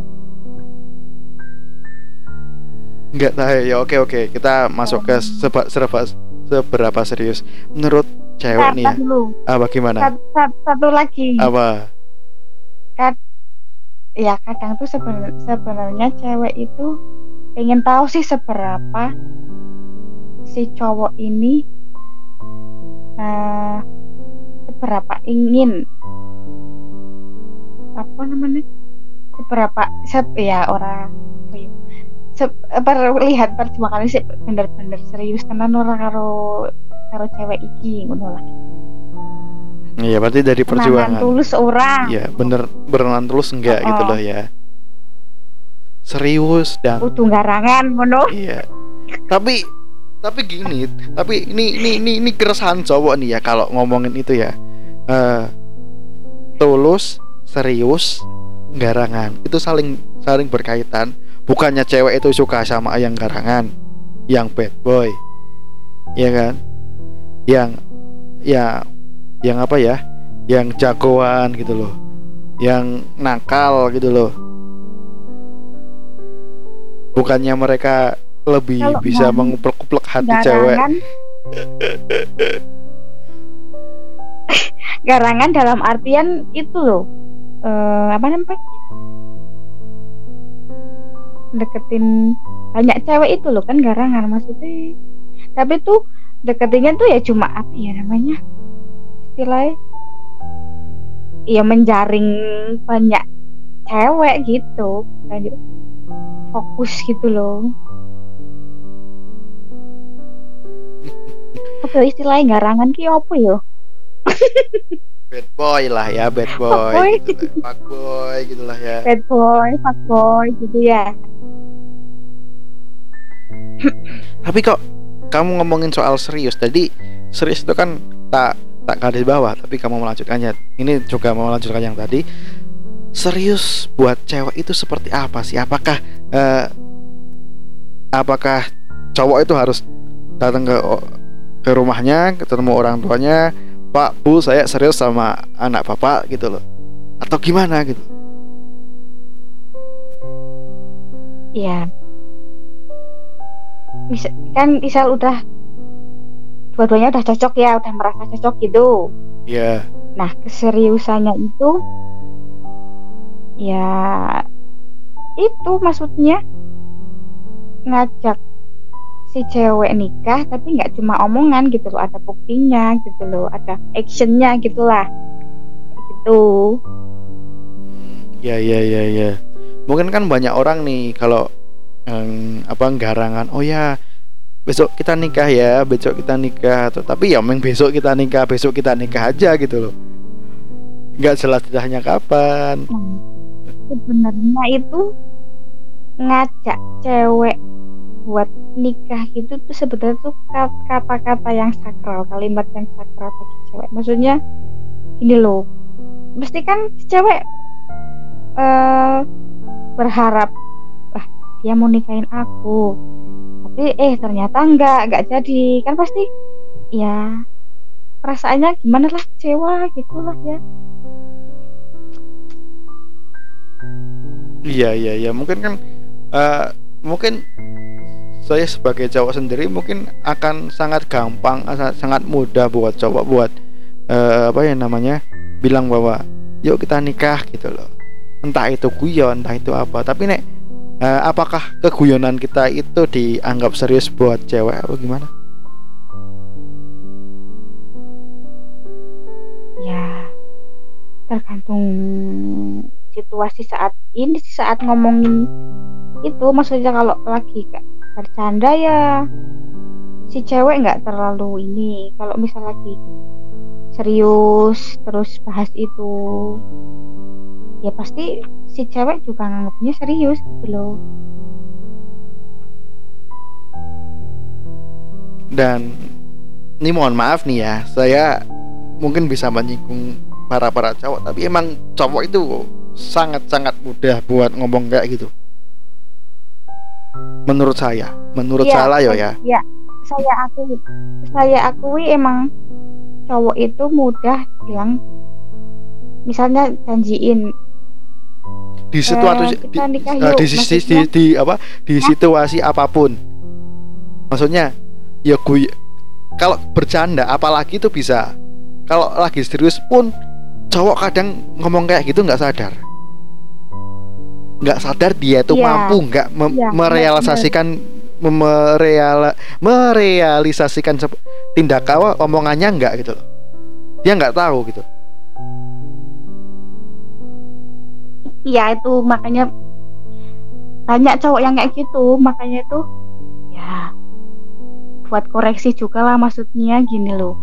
A: Enggak tahu ya. Oke oke, kita masuk ke seba, serba, seberapa serius menurut cewek nih ya.
B: Dulu.
A: Apa gimana?
B: Satu, satu, satu lagi.
A: Apa?
B: Kad, ya kadang tuh seben, sebenarnya cewek itu pengen tahu sih seberapa si cowok ini uh, seberapa ingin apa namanya seberapa se ya orang apa ya se, per, lihat perjuangan sih bener-bener serius tenan ora karo karo cewek iki ngono lah.
A: Iya, berarti dari perjuangan.
B: Tulus orang.
A: Iya, bener berenang tulus enggak oh. gitu loh ya. Serius dan
B: kudu garangan ngono.
A: Iya. Tapi tapi gini, tapi ini ini ini ini keresahan cowok nih ya kalau ngomongin itu ya. Uh, tulus, serius, garangan itu saling saling berkaitan. Bukannya cewek itu suka sama yang garangan, yang bad boy, ya kan? Yang ya yang apa ya? Yang jagoan gitu loh, yang nakal gitu loh. Bukannya mereka lebih kalau bisa menguplek-uplek hati garangan, cewek.
B: Garangan dalam artian itu loh, uh, apa namanya? Deketin banyak cewek itu loh kan garangan maksudnya. Tapi tuh deketinnya tuh ya cuma apa ya namanya? Istilahnya ya menjaring banyak cewek gitu. Kayak fokus gitu loh. Apa istilahnya garangan ki apa ya?
A: Bad boy lah ya, bad boy, boy. Gitu lah, fuck boy gitulah ya.
B: Bad boy, fuck boy gitu ya.
A: Tapi kok kamu ngomongin soal serius tadi, serius itu kan tak tak garis bawah, tapi kamu melanjutkannya. Ini juga mau melanjutkan yang tadi. Serius buat cewek itu seperti apa sih? Apakah uh, apakah cowok itu harus datang ke ke rumahnya, ketemu orang tuanya, Pak, Bu, saya serius sama anak bapak gitu loh, atau gimana gitu?
B: Iya. Bisa, kan misal udah dua-duanya udah cocok ya, udah merasa cocok gitu.
A: Iya. Yeah.
B: Nah, keseriusannya itu ya itu maksudnya ngajak si cewek nikah, tapi nggak cuma omongan gitu loh, ada buktinya gitu loh, ada actionnya gitulah, gitu.
A: Ya ya ya ya. Mungkin kan banyak orang nih kalau um, apa garangan, oh ya besok kita nikah ya, besok kita nikah, atau tapi ya memang besok kita nikah, besok kita nikah aja gitu loh. Nggak jelas ditanya kapan.
B: Hmm. Sebenarnya itu ngajak cewek buat nikah itu tuh sebenarnya tuh kata-kata yang sakral, kalimat yang sakral bagi cewek. Maksudnya gini loh, mesti kan cewek uh, berharap wah dia mau nikahin aku, tapi eh ternyata enggak enggak jadi, kan pasti ya perasaannya gimana lah, kecewa gitulah ya.
A: Iya iya iya, mungkin kan uh, mungkin saya sebagai cowok sendiri mungkin akan sangat gampang, sangat mudah buat cowok buat uh, apa ya namanya, bilang bahwa yuk kita nikah gitu loh. Entah itu guyon, entah itu apa. Tapi nek uh, apakah keguyonan kita itu dianggap serius buat cewek apa gimana?
B: Ya tergantung situasi saat ini, saat ngomongin itu. Maksudnya kalau lagi kayak bercanda ya si cewek nggak terlalu ini. Kalau misal lagi serius terus bahas itu, ya pasti si cewek juga nganggapnya serius gitu loh.
A: Dan ini mohon maaf nih ya, saya mungkin bisa menyinggung para para cowok, tapi emang cowok itu sangat-sangat mudah buat ngomong kayak gitu. Menurut saya, menurut
B: ya,
A: salah yo ya.
B: Ya, saya akui, saya akui emang cowok itu mudah bilang, misalnya janjiin
A: di situasi
B: eh,
A: di,
B: di,
A: uh, di, di, di, di apa di ya? Situasi apapun. Maksudnya ya gue kalau bercanda apalagi itu bisa. Kalau lagi serius pun cowok kadang ngomong kayak gitu nggak sadar. Nggak sadar dia itu ya, mampu nggak me- ya, merealisasikan mereala, merealisasikan tindakan omongannya nggak gitu loh. Dia nggak tahu gitu.
B: Ya itu makanya banyak cowok yang kayak gitu. Makanya itu ya buat koreksi juga lah, maksudnya gini loh,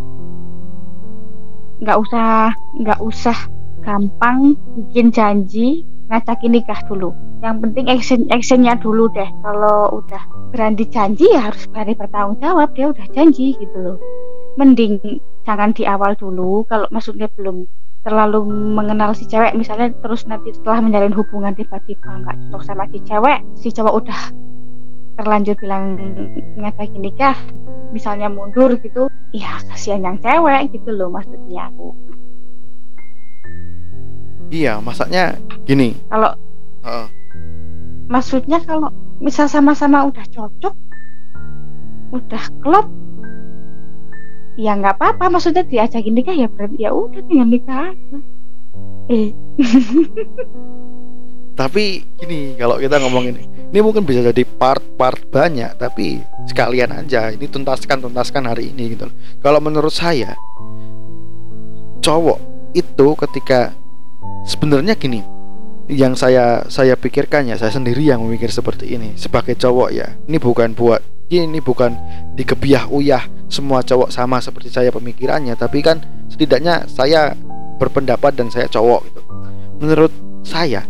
B: nggak usah nggak usah gampang bikin janji ngajakin nikah dulu. Yang penting action actionnya dulu deh. Kalau udah berani janji ya harus berani bertanggung jawab. Dia udah janji gitu loh. Mending jangan di awal dulu. Kalau maksudnya belum terlalu mengenal si cewek misalnya, terus nanti setelah menjalin hubungan tiba-tiba nggak cocok sama si cewek, si cowok udah terlanjur bilang ngajakin nikah, misalnya mundur gitu, ya kasihan yang cewek gitu loh maksudnya aku.
A: Iya, masaknya gini.
B: Kalau uh. maksudnya kalau misal sama-sama udah cocok, udah klop, ya nggak apa-apa. Maksudnya diajakin nikah ya berarti ya udah tinggal nikah aja. Eh.
A: Tapi gini, kalau kita ngomongin ini mungkin bisa jadi part-part banyak, tapi sekalian aja ini tuntaskan-tuntaskan hari ini gitu loh. Kalau menurut saya, cowok itu ketika sebenarnya gini, yang saya saya pikirkan ya, saya sendiri yang memikir seperti ini sebagai cowok ya. Ini bukan buat ini bukan dikebiah uyah semua cowok sama seperti saya pemikirannya, tapi kan setidaknya saya berpendapat dan saya cowok gitu. Menurut saya,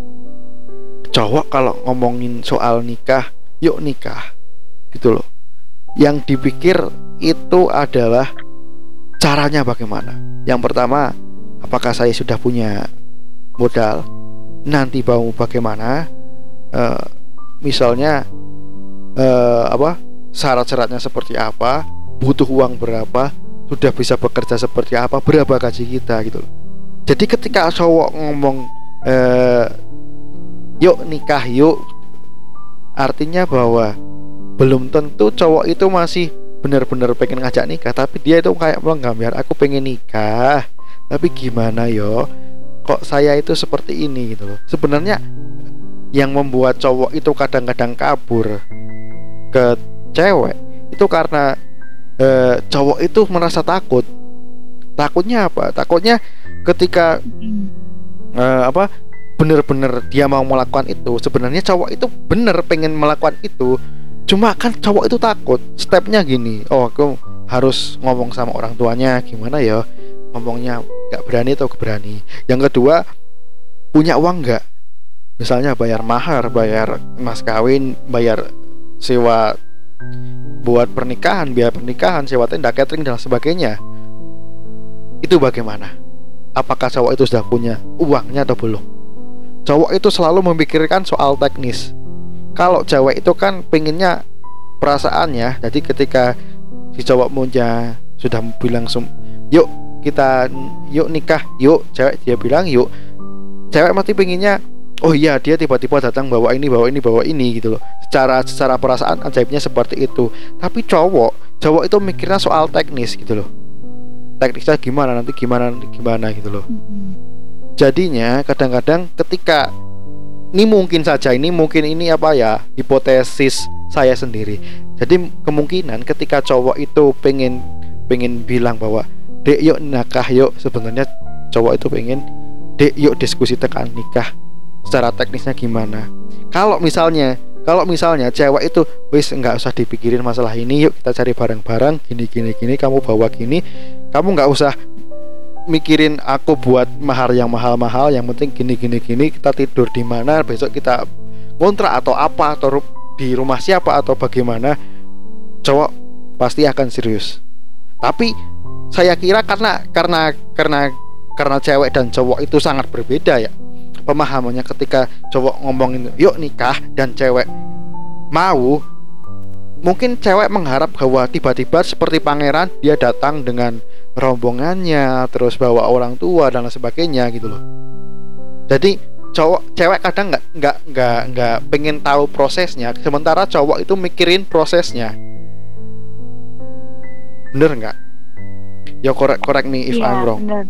A: cowok kalau ngomongin soal nikah, yuk nikah gitu loh. Yang dipikir itu adalah caranya bagaimana. Yang pertama, apakah saya sudah punya modal, nanti mau bagaimana, uh, misalnya uh, apa syarat-syaratnya seperti apa, butuh uang berapa, sudah bisa bekerja seperti apa, berapa gaji kita gitu loh. Jadi ketika cowok ngomong uh, yuk nikah yuk, artinya bahwa belum tentu cowok itu masih benar-benar pengen ngajak nikah, tapi dia itu kayak menggambar, aku pengen nikah tapi gimana yo, kok saya itu seperti ini gitu loh. Sebenarnya yang membuat cowok itu kadang-kadang kabur ke cewek itu karena e, cowok itu merasa takut. Takutnya apa? Takutnya ketika e, apa bener-bener dia mau melakukan itu, sebenarnya cowok itu bener pengen melakukan itu, cuma kan cowok itu takut. Stepnya gini, oh aku harus ngomong sama orang tuanya gimana ya, ngomongnya gak berani atau berani. Yang kedua, punya uang gak, misalnya bayar mahar, bayar mas kawin, bayar sewa buat pernikahan, biaya pernikahan, sewa tenda, catering dan sebagainya. Itu bagaimana? Apakah cowok itu sudah punya uangnya atau belum? cowok itu selalu memikirkan soal teknis. Kalau cewek itu kan pengennya perasaannya. Jadi ketika si cowok punya sudah bilang yuk kita yuk nikah, yuk, cewek dia bilang yuk, cewek mesti pengennya oh iya, dia tiba-tiba datang bawa ini bawa ini bawa ini gitu loh. Secara secara perasaan ajaibnya seperti itu. Tapi cowok cowok itu mikirnya soal teknis gitu loh. Teknisnya gimana nanti gimana nanti gimana gitu loh. Jadinya kadang-kadang ketika ini mungkin saja ini mungkin ini apa ya, hipotesis saya sendiri. Jadi kemungkinan ketika cowok itu pengen pengen bilang bahwa dek yuk nikah yuk, sebenarnya cowok itu pengen dek yuk diskusi tekan nikah secara teknisnya gimana. Kalau misalnya kalau misalnya cewek itu wis nggak usah dipikirin masalah ini, yuk kita cari bareng-bareng gini gini gini, kamu bawa gini, kamu nggak usah mikirin aku buat mahar yang mahal-mahal, yang penting gini gini gini, kita tidur di mana, besok kita kontrak atau apa, atau di rumah siapa atau bagaimana, cowok pasti akan serius. Tapi saya kira karena karena karena karena cewek dan cowok itu sangat berbeda ya pemahamannya. Ketika cowok ngomongin yuk nikah dan cewek mau, mungkin cewek mengharap bahwa tiba-tiba seperti pangeran dia datang dengan rombongannya, terus bawa orang tua dan lain sebagainya gitu loh. Jadi cowok cewek kadang nggak nggak nggak nggak pengen tahu prosesnya, sementara cowok itu mikirin prosesnya. Bener nggak? Ya korek korek nih if
B: Iya,
A: I'm wrong.
B: bener.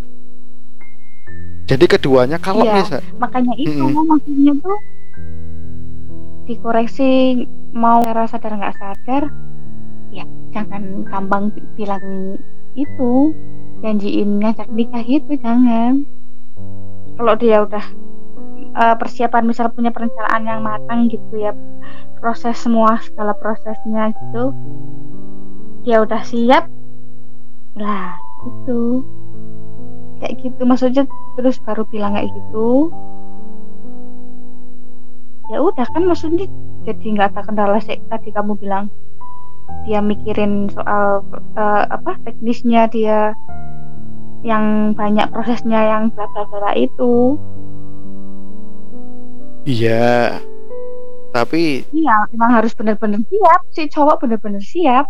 A: Jadi keduanya kalau
B: Iya,
A: misal
B: makanya itu
A: Mm-mm.
B: maksudnya tuh dikoreksi, mau secara sadar nggak sadar ya jangan gampang bi- bilang itu, janjiin ngajak nikah itu jangan. Kalau dia udah eh, persiapan, misal punya perencanaan yang matang gitu ya, proses semua segala prosesnya gitu, dia udah siap lah itu kayak gitu maksudnya, terus baru bilang kayak gitu, ya udah kan maksudnya jadi nggak ada kendala sih. Tadi kamu bilang dia mikirin soal eh, apa teknisnya, dia yang banyak prosesnya yang bla bla bla itu.
A: Iya, tapi
B: Iya, emang harus benar-benar siap, si cowok benar-benar siap.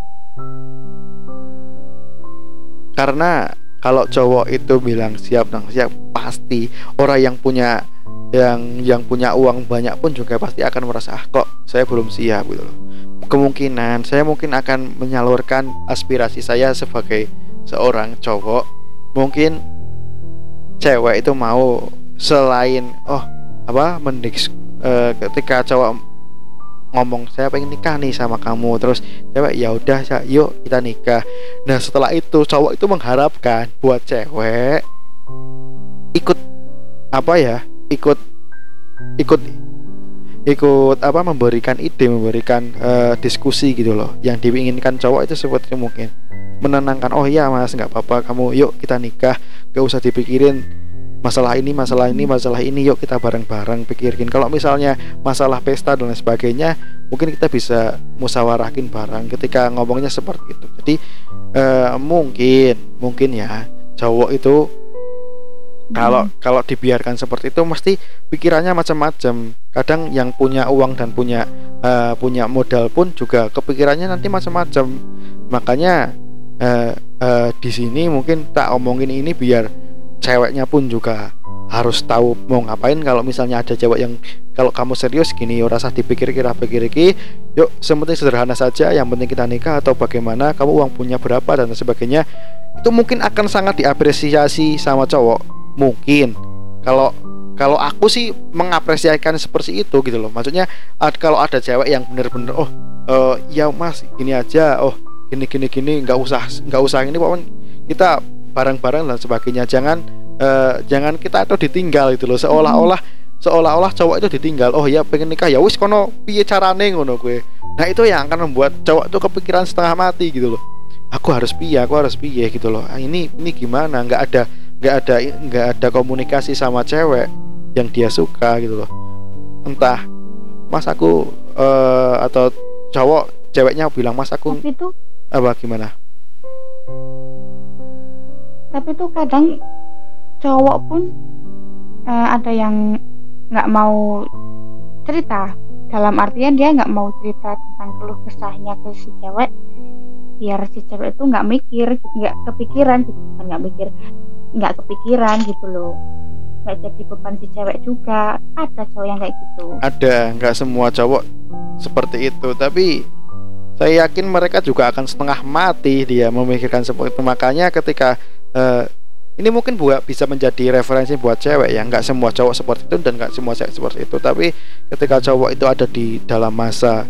A: karena kalau cowok itu bilang siap dan siap, pasti orang yang punya yang yang punya uang banyak pun juga pasti akan merasa ah kok saya belum siap gitu loh. Kemungkinan saya mungkin akan menyalurkan aspirasi saya sebagai seorang cowok. Mungkin cewek itu mau selain oh apa mendisk eh, ketika cowok ngomong saya pengen nikah nih sama kamu, terus cewek ya udah sa- yuk kita nikah. Nah setelah itu cowok itu mengharapkan buat cewek ikut apa ya ikut ikut ikut apa memberikan ide, memberikan eh, diskusi gitu loh. Yang diinginkan cowok itu seperti mungkin menenangkan, oh iya mas nggak apa-apa kamu, yuk kita nikah, gak usah dipikirin masalah ini masalah ini masalah ini, yuk kita bareng-bareng pikirin. Kalau misalnya masalah pesta dan lain sebagainya, mungkin kita bisa musyawarahkin bareng ketika ngomongnya seperti itu. Jadi eh, mungkin mungkin ya cowok itu kalau kalau dibiarkan seperti itu mesti pikirannya macam-macam. Kadang yang punya uang dan punya eh, punya modal pun juga kepikirannya nanti macam-macam. Makanya eh, eh, di sini mungkin tak omongin ini biar ceweknya pun juga harus tahu mau ngapain. Kalau misalnya ada cewek yang kalau kamu serius gini, yo rasa dipikir kira pikir iki, yuk sementing sederhana saja, yang penting kita nikah atau bagaimana, kamu uang punya berapa dan sebagainya, itu mungkin akan sangat diapresiasi sama cowok. Mungkin kalau kalau aku sih mengapresiasikan seperti itu gitu loh. Maksudnya ad, kalau ada cewek yang bener-bener oh eh, ya mas gini aja, oh gini gini gini, nggak usah nggak usah ini pokoknya kita bareng-bareng dan sebagainya. Jangan eh, jangan kita itu ditinggal gitu loh, seolah-olah seolah-olah cowok itu ditinggal. Oh ya pengen nikah ya wis kono piye carane ngono gue. Nah itu yang akan membuat cowok itu kepikiran setengah mati gitu loh. Aku harus piye, aku harus piye gitu loh. Ah, ini ini gimana? Nggak ada nggak ada nggak ada komunikasi sama cewek yang dia suka gitu loh. Entah mas aku eh, atau cowok ceweknya bilang mas aku
B: Tapi tuh
A: apa gimana?
B: tapi tuh kadang cowok pun eh, ada yang nggak mau cerita, dalam artian dia nggak mau cerita tentang keluh kesahnya ke si cewek, biar si cewek itu nggak mikir, nggak kepikiran gitu, bukan nggak mikir, nggak kepikiran gitu loh, nggak jadi beban si cewek juga. Ada cowok yang kayak gitu.
A: Ada, nggak semua cowok seperti itu, tapi saya yakin mereka juga akan setengah mati dia memikirkan seperti itu. Makanya ketika uh, ini mungkin buat bisa menjadi referensi buat cewek ya, nggak semua cowok seperti itu dan nggak semua cewek seperti itu. Tapi ketika cowok itu ada di dalam masa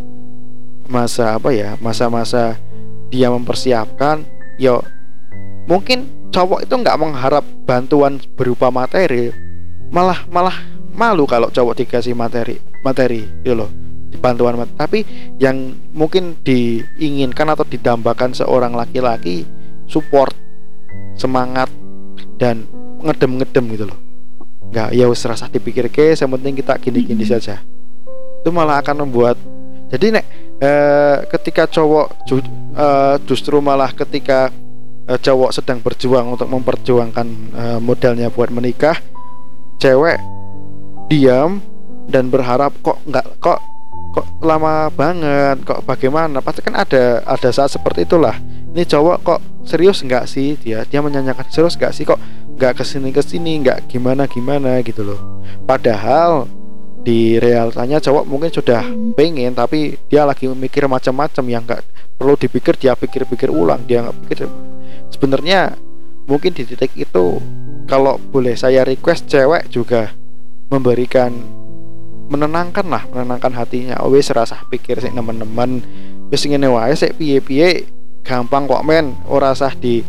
A: masa apa ya, masa-masa dia mempersiapkan, yo mungkin cowok itu nggak mengharap bantuan berupa materi, malah malah malu kalau cowok dikasih materi materi gitu loh, bantuan materi. Tapi yang mungkin diinginkan atau didambakan seorang laki-laki support, semangat, dan ngedem-ngedem gitu loh. Nggak, ya wis rasa dipikir ke, yang penting kita gini-gini saja. Itu malah akan membuat, jadi nek eh, ketika cowok ju, eh, justru malah ketika eh, cowok sedang berjuang untuk memperjuangkan eh, modalnya buat menikah, cewek diam dan berharap kok nggak kok kok lama banget, kok bagaimana. Pasti kan ada ada saat seperti itulah. Ini cowok kok serius nggak sih, dia dia menyanyikan serius nggak sih, kok nggak kesini kesini, nggak gimana gimana gitu loh. Padahal di realitanya cowok mungkin sudah pengen, tapi dia lagi mikir macam-macam yang nggak perlu dipikir, dia pikir-pikir ulang, dia nggak pikir. Sebenarnya mungkin di titik itu, kalau boleh saya request, cewek juga memberikan, menenangkan lah, menenangkan hatinya. Oh wis rasa pikir sih teman-teman, wis ngene wae sik piye-piye, gampang kok men, ora sah di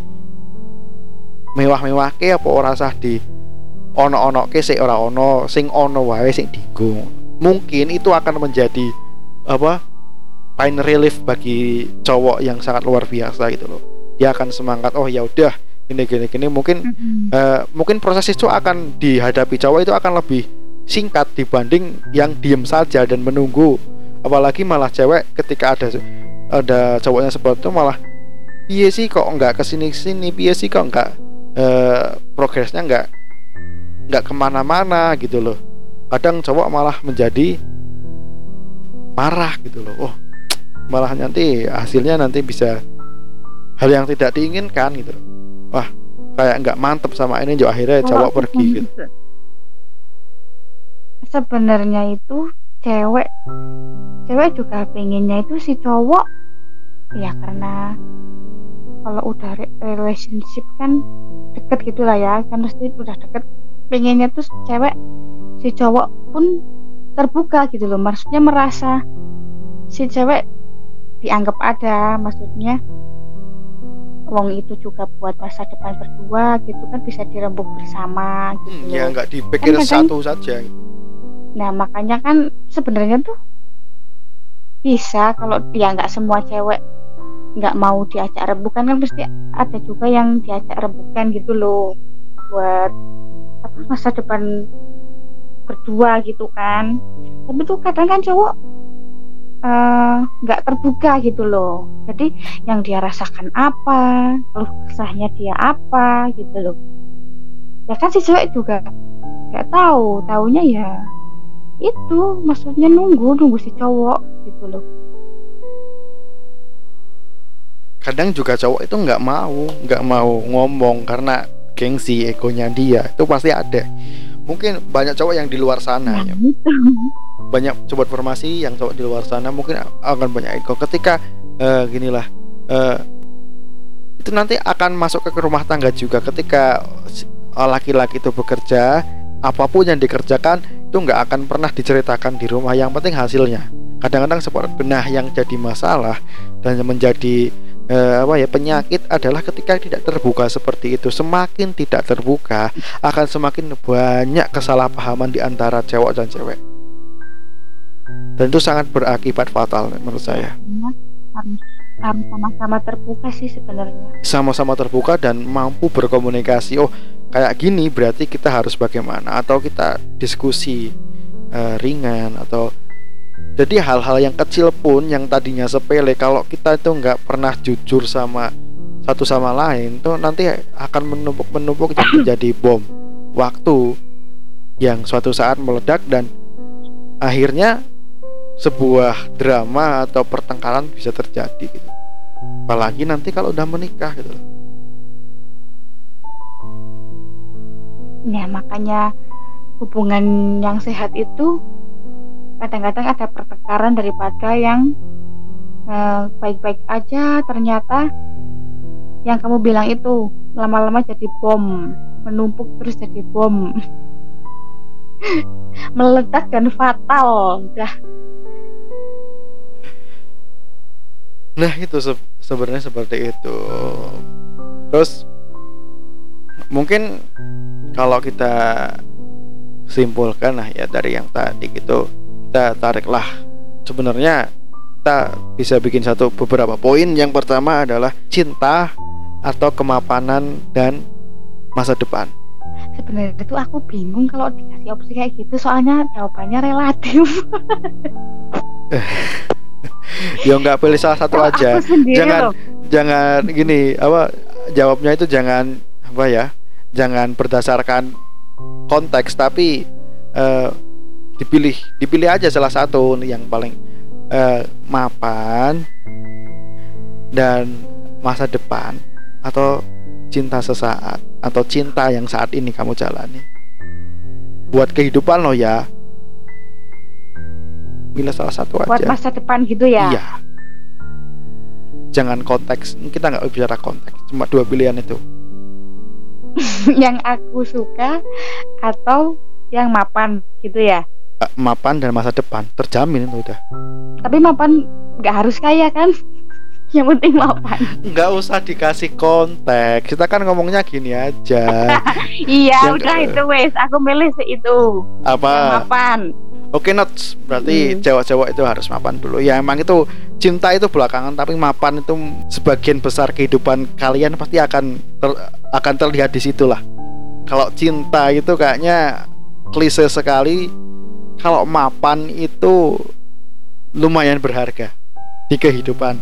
A: mewah-mewahke, apa ora sah di ono-onoke, sik ora ono, sing ono wae sing dienggo. Mungkin itu akan menjadi apa, pain relief bagi cowok yang sangat luar biasa gitu loh. Dia akan semangat, oh ya udah gini gini gini. Mungkin mm-hmm. uh, mungkin proses itu akan dihadapi cowok itu akan lebih singkat dibanding yang diem saja dan menunggu. Apalagi malah cewek ketika ada ada cowoknya seperti itu malah, piye sih kok nggak kesini sini, piye sih kok nggak uh, progresnya nggak nggak kemana-mana gitu loh. Kadang cowok malah menjadi marah gitu loh. Oh malah nanti hasilnya nanti bisa hal yang tidak diinginkan gitu loh. Wah kayak nggak mantep sama ini, jo akhirnya cowok oh, pergi gitu.
B: Sebenarnya itu cewek cewek juga pengennya itu si cowok ya, karena kalau udah relationship kan deket gitulah ya, kan mesti udah deket, pengennya tuh cewek si cowok pun terbuka gitu loh, maksudnya merasa si cewek dianggap ada, maksudnya wong itu juga buat masa depan berdua gitu kan, bisa dirembuk bersama gitu.
A: Hmm, ya nggak dipikir kan satu kadang, saja gitu.
B: Nah makanya kan sebenarnya tuh bisa, kalau dia nggak semua cewek nggak mau diajak rebukan, kan pasti ada juga yang diajak rebukan gitu loh, buat apa, masa depan berdua gitu kan. Tapi tuh kadang kan cowok nggak uh, terbuka gitu loh, jadi yang dia rasakan apa, keluh kesahnya dia apa gitu loh. Ya kan si cewek juga nggak tahu, taunya ya itu, maksudnya nunggu nunggu si cowok gitu loh.
A: Kadang juga cowok itu nggak mau nggak mau ngomong karena gengsi, egonya dia itu pasti ada. Mungkin banyak cowok yang di luar sana nah, ya. Gitu. Banyak sobat formasi yang cowok di luar sana mungkin akan banyak ego. Ketika uh, ginilah uh, itu nanti akan masuk ke rumah tangga juga. Ketika laki-laki itu bekerja, apapun yang dikerjakan itu nggak akan pernah diceritakan di rumah, yang penting hasilnya. Kadang-kadang seperti benah yang jadi masalah dan menjadi eh, apa ya penyakit adalah ketika tidak terbuka seperti itu. Semakin tidak terbuka akan semakin banyak kesalahpahaman di antara cowok dan cewek, dan itu sangat berakibat fatal menurut saya.
B: Harus sama-sama terbuka sih sebenarnya.
A: Sama-sama terbuka dan mampu berkomunikasi. Oh kayak gini berarti kita harus bagaimana, atau kita diskusi uh, ringan, atau jadi hal-hal yang kecil pun yang tadinya sepele, kalau kita itu nggak pernah jujur sama satu sama lain, tuh nanti akan menumpuk-menumpuk dan menjadi bom waktu. yang suatu saat meledak dan akhirnya sebuah drama atau pertengkaran bisa terjadi gitu. Apalagi nanti kalau udah menikah gitu.
B: Nah, makanya hubungan yang sehat itu kadang-kadang ada pertengkaran daripada yang eh, baik-baik aja, ternyata yang kamu bilang itu lama-lama jadi bom, menumpuk terus jadi bom. Meledak dan fatal. Dah.
A: Nah, itu se- sebenarnya seperti itu. Terus mungkin kalau kita simpulkan lah ya dari yang tadi gitu, kita tariklah sebenarnya kita bisa bikin satu beberapa poin. Yang pertama adalah cinta atau kemapanan dan masa depan.
B: Sebenarnya itu aku bingung kalau dikasih opsi kayak gitu, soalnya jawabannya relatif.
A: Ya nggak pilih salah satu
B: Kalau
A: aja.
B: aku sendiri
A: Jangan
B: loh.
A: jangan gini apa jawabnya itu jangan apa ya? Jangan berdasarkan konteks tapi eh, dipilih dipilih aja salah satu yang paling eh, mapan dan masa depan atau cinta sesaat atau cinta yang saat ini kamu jalani buat kehidupan lo ya. Pilih salah satu aja.
B: Buat masa depan gitu ya.
A: Iya. Jangan konteks. Kita nggak bicara konteks. Cuma dua pilihan itu.
B: Yang aku suka atau yang mapan gitu ya.
A: Eh, Mapan dan masa depan terjamin itu udah.
B: Tapi mapan nggak harus kaya kan? Yang penting mapan.
A: Nggak usah dikasih konteks. Kita kan ngomongnya gini aja.
B: Iya,
A: Yang
B: udah
A: ke-
B: itu wes. Aku milih se itu. Yang
A: Apa?
B: mapan.
A: Oke, Nots. Berarti
B: Hmm.
A: cewek-cewek itu harus mapan dulu. Ya emang itu cinta itu belakangan, tapi mapan itu sebagian besar kehidupan kalian pasti akan ter- akan terlihat di situlah. Kalau cinta itu kayaknya klise sekali. Kalau mapan itu lumayan berharga di kehidupan.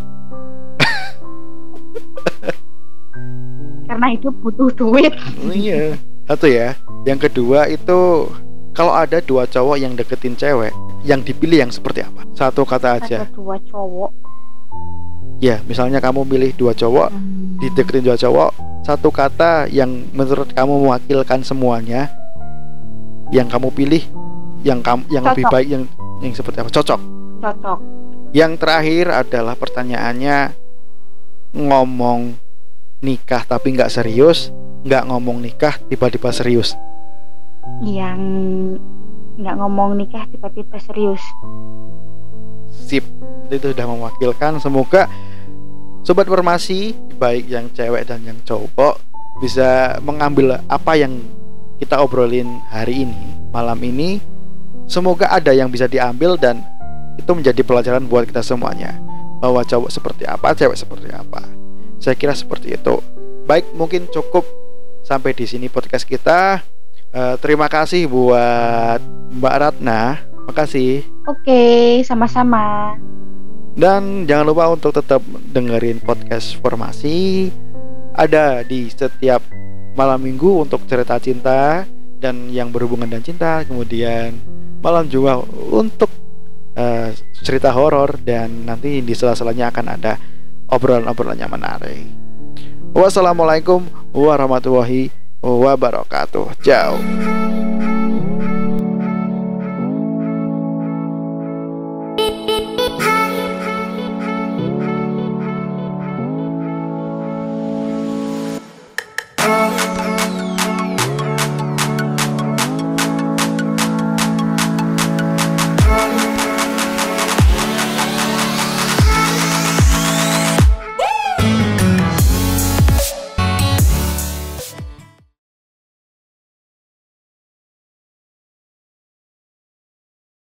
B: Karena hidup butuh duit.
A: Iya. Satu ya. Yang kedua itu kalau ada dua cowok yang deketin cewek, yang dipilih yang seperti apa? Satu kata aja.
B: Ada dua cowok.
A: Ya, misalnya kamu milih dua cowok,
B: Hmm.
A: dideketin dua cowok, satu kata yang menurut kamu mewakilkan semuanya, yang kamu pilih, yang kamu yang lebih
B: Cocok.
A: baik, yang yang seperti apa? Cocok.
B: Cocok.
A: Yang terakhir adalah pertanyaannya, ngomong nikah tapi nggak serius, nggak ngomong nikah tiba-tiba serius.
B: Yang nggak ngomong nikah tiba-tiba serius.
A: Sip, itu sudah mewakilkan. Semoga Sobat Formasi, baik yang cewek dan yang cowok, bisa mengambil apa yang kita obrolin hari ini, malam ini. Semoga ada yang bisa diambil dan itu menjadi pelajaran buat kita semuanya, bahwa cowok seperti apa, cewek seperti apa. Saya kira seperti itu. Baik, mungkin cukup sampai di sini podcast kita. Eh, terima kasih buat Mbak Ratna. Makasih.
B: Oke, sama-sama.
A: Dan jangan lupa untuk tetap dengerin podcast Formasi. Ada di setiap malam minggu untuk cerita cinta dan yang berhubungan dengan cinta. Kemudian malam juga untuk uh, cerita horor. Dan nanti di sela-selanya akan ada obrolan-obrolan yang menarik. Wassalamualaikum warahmatullahi wabarakatuh. Ciao.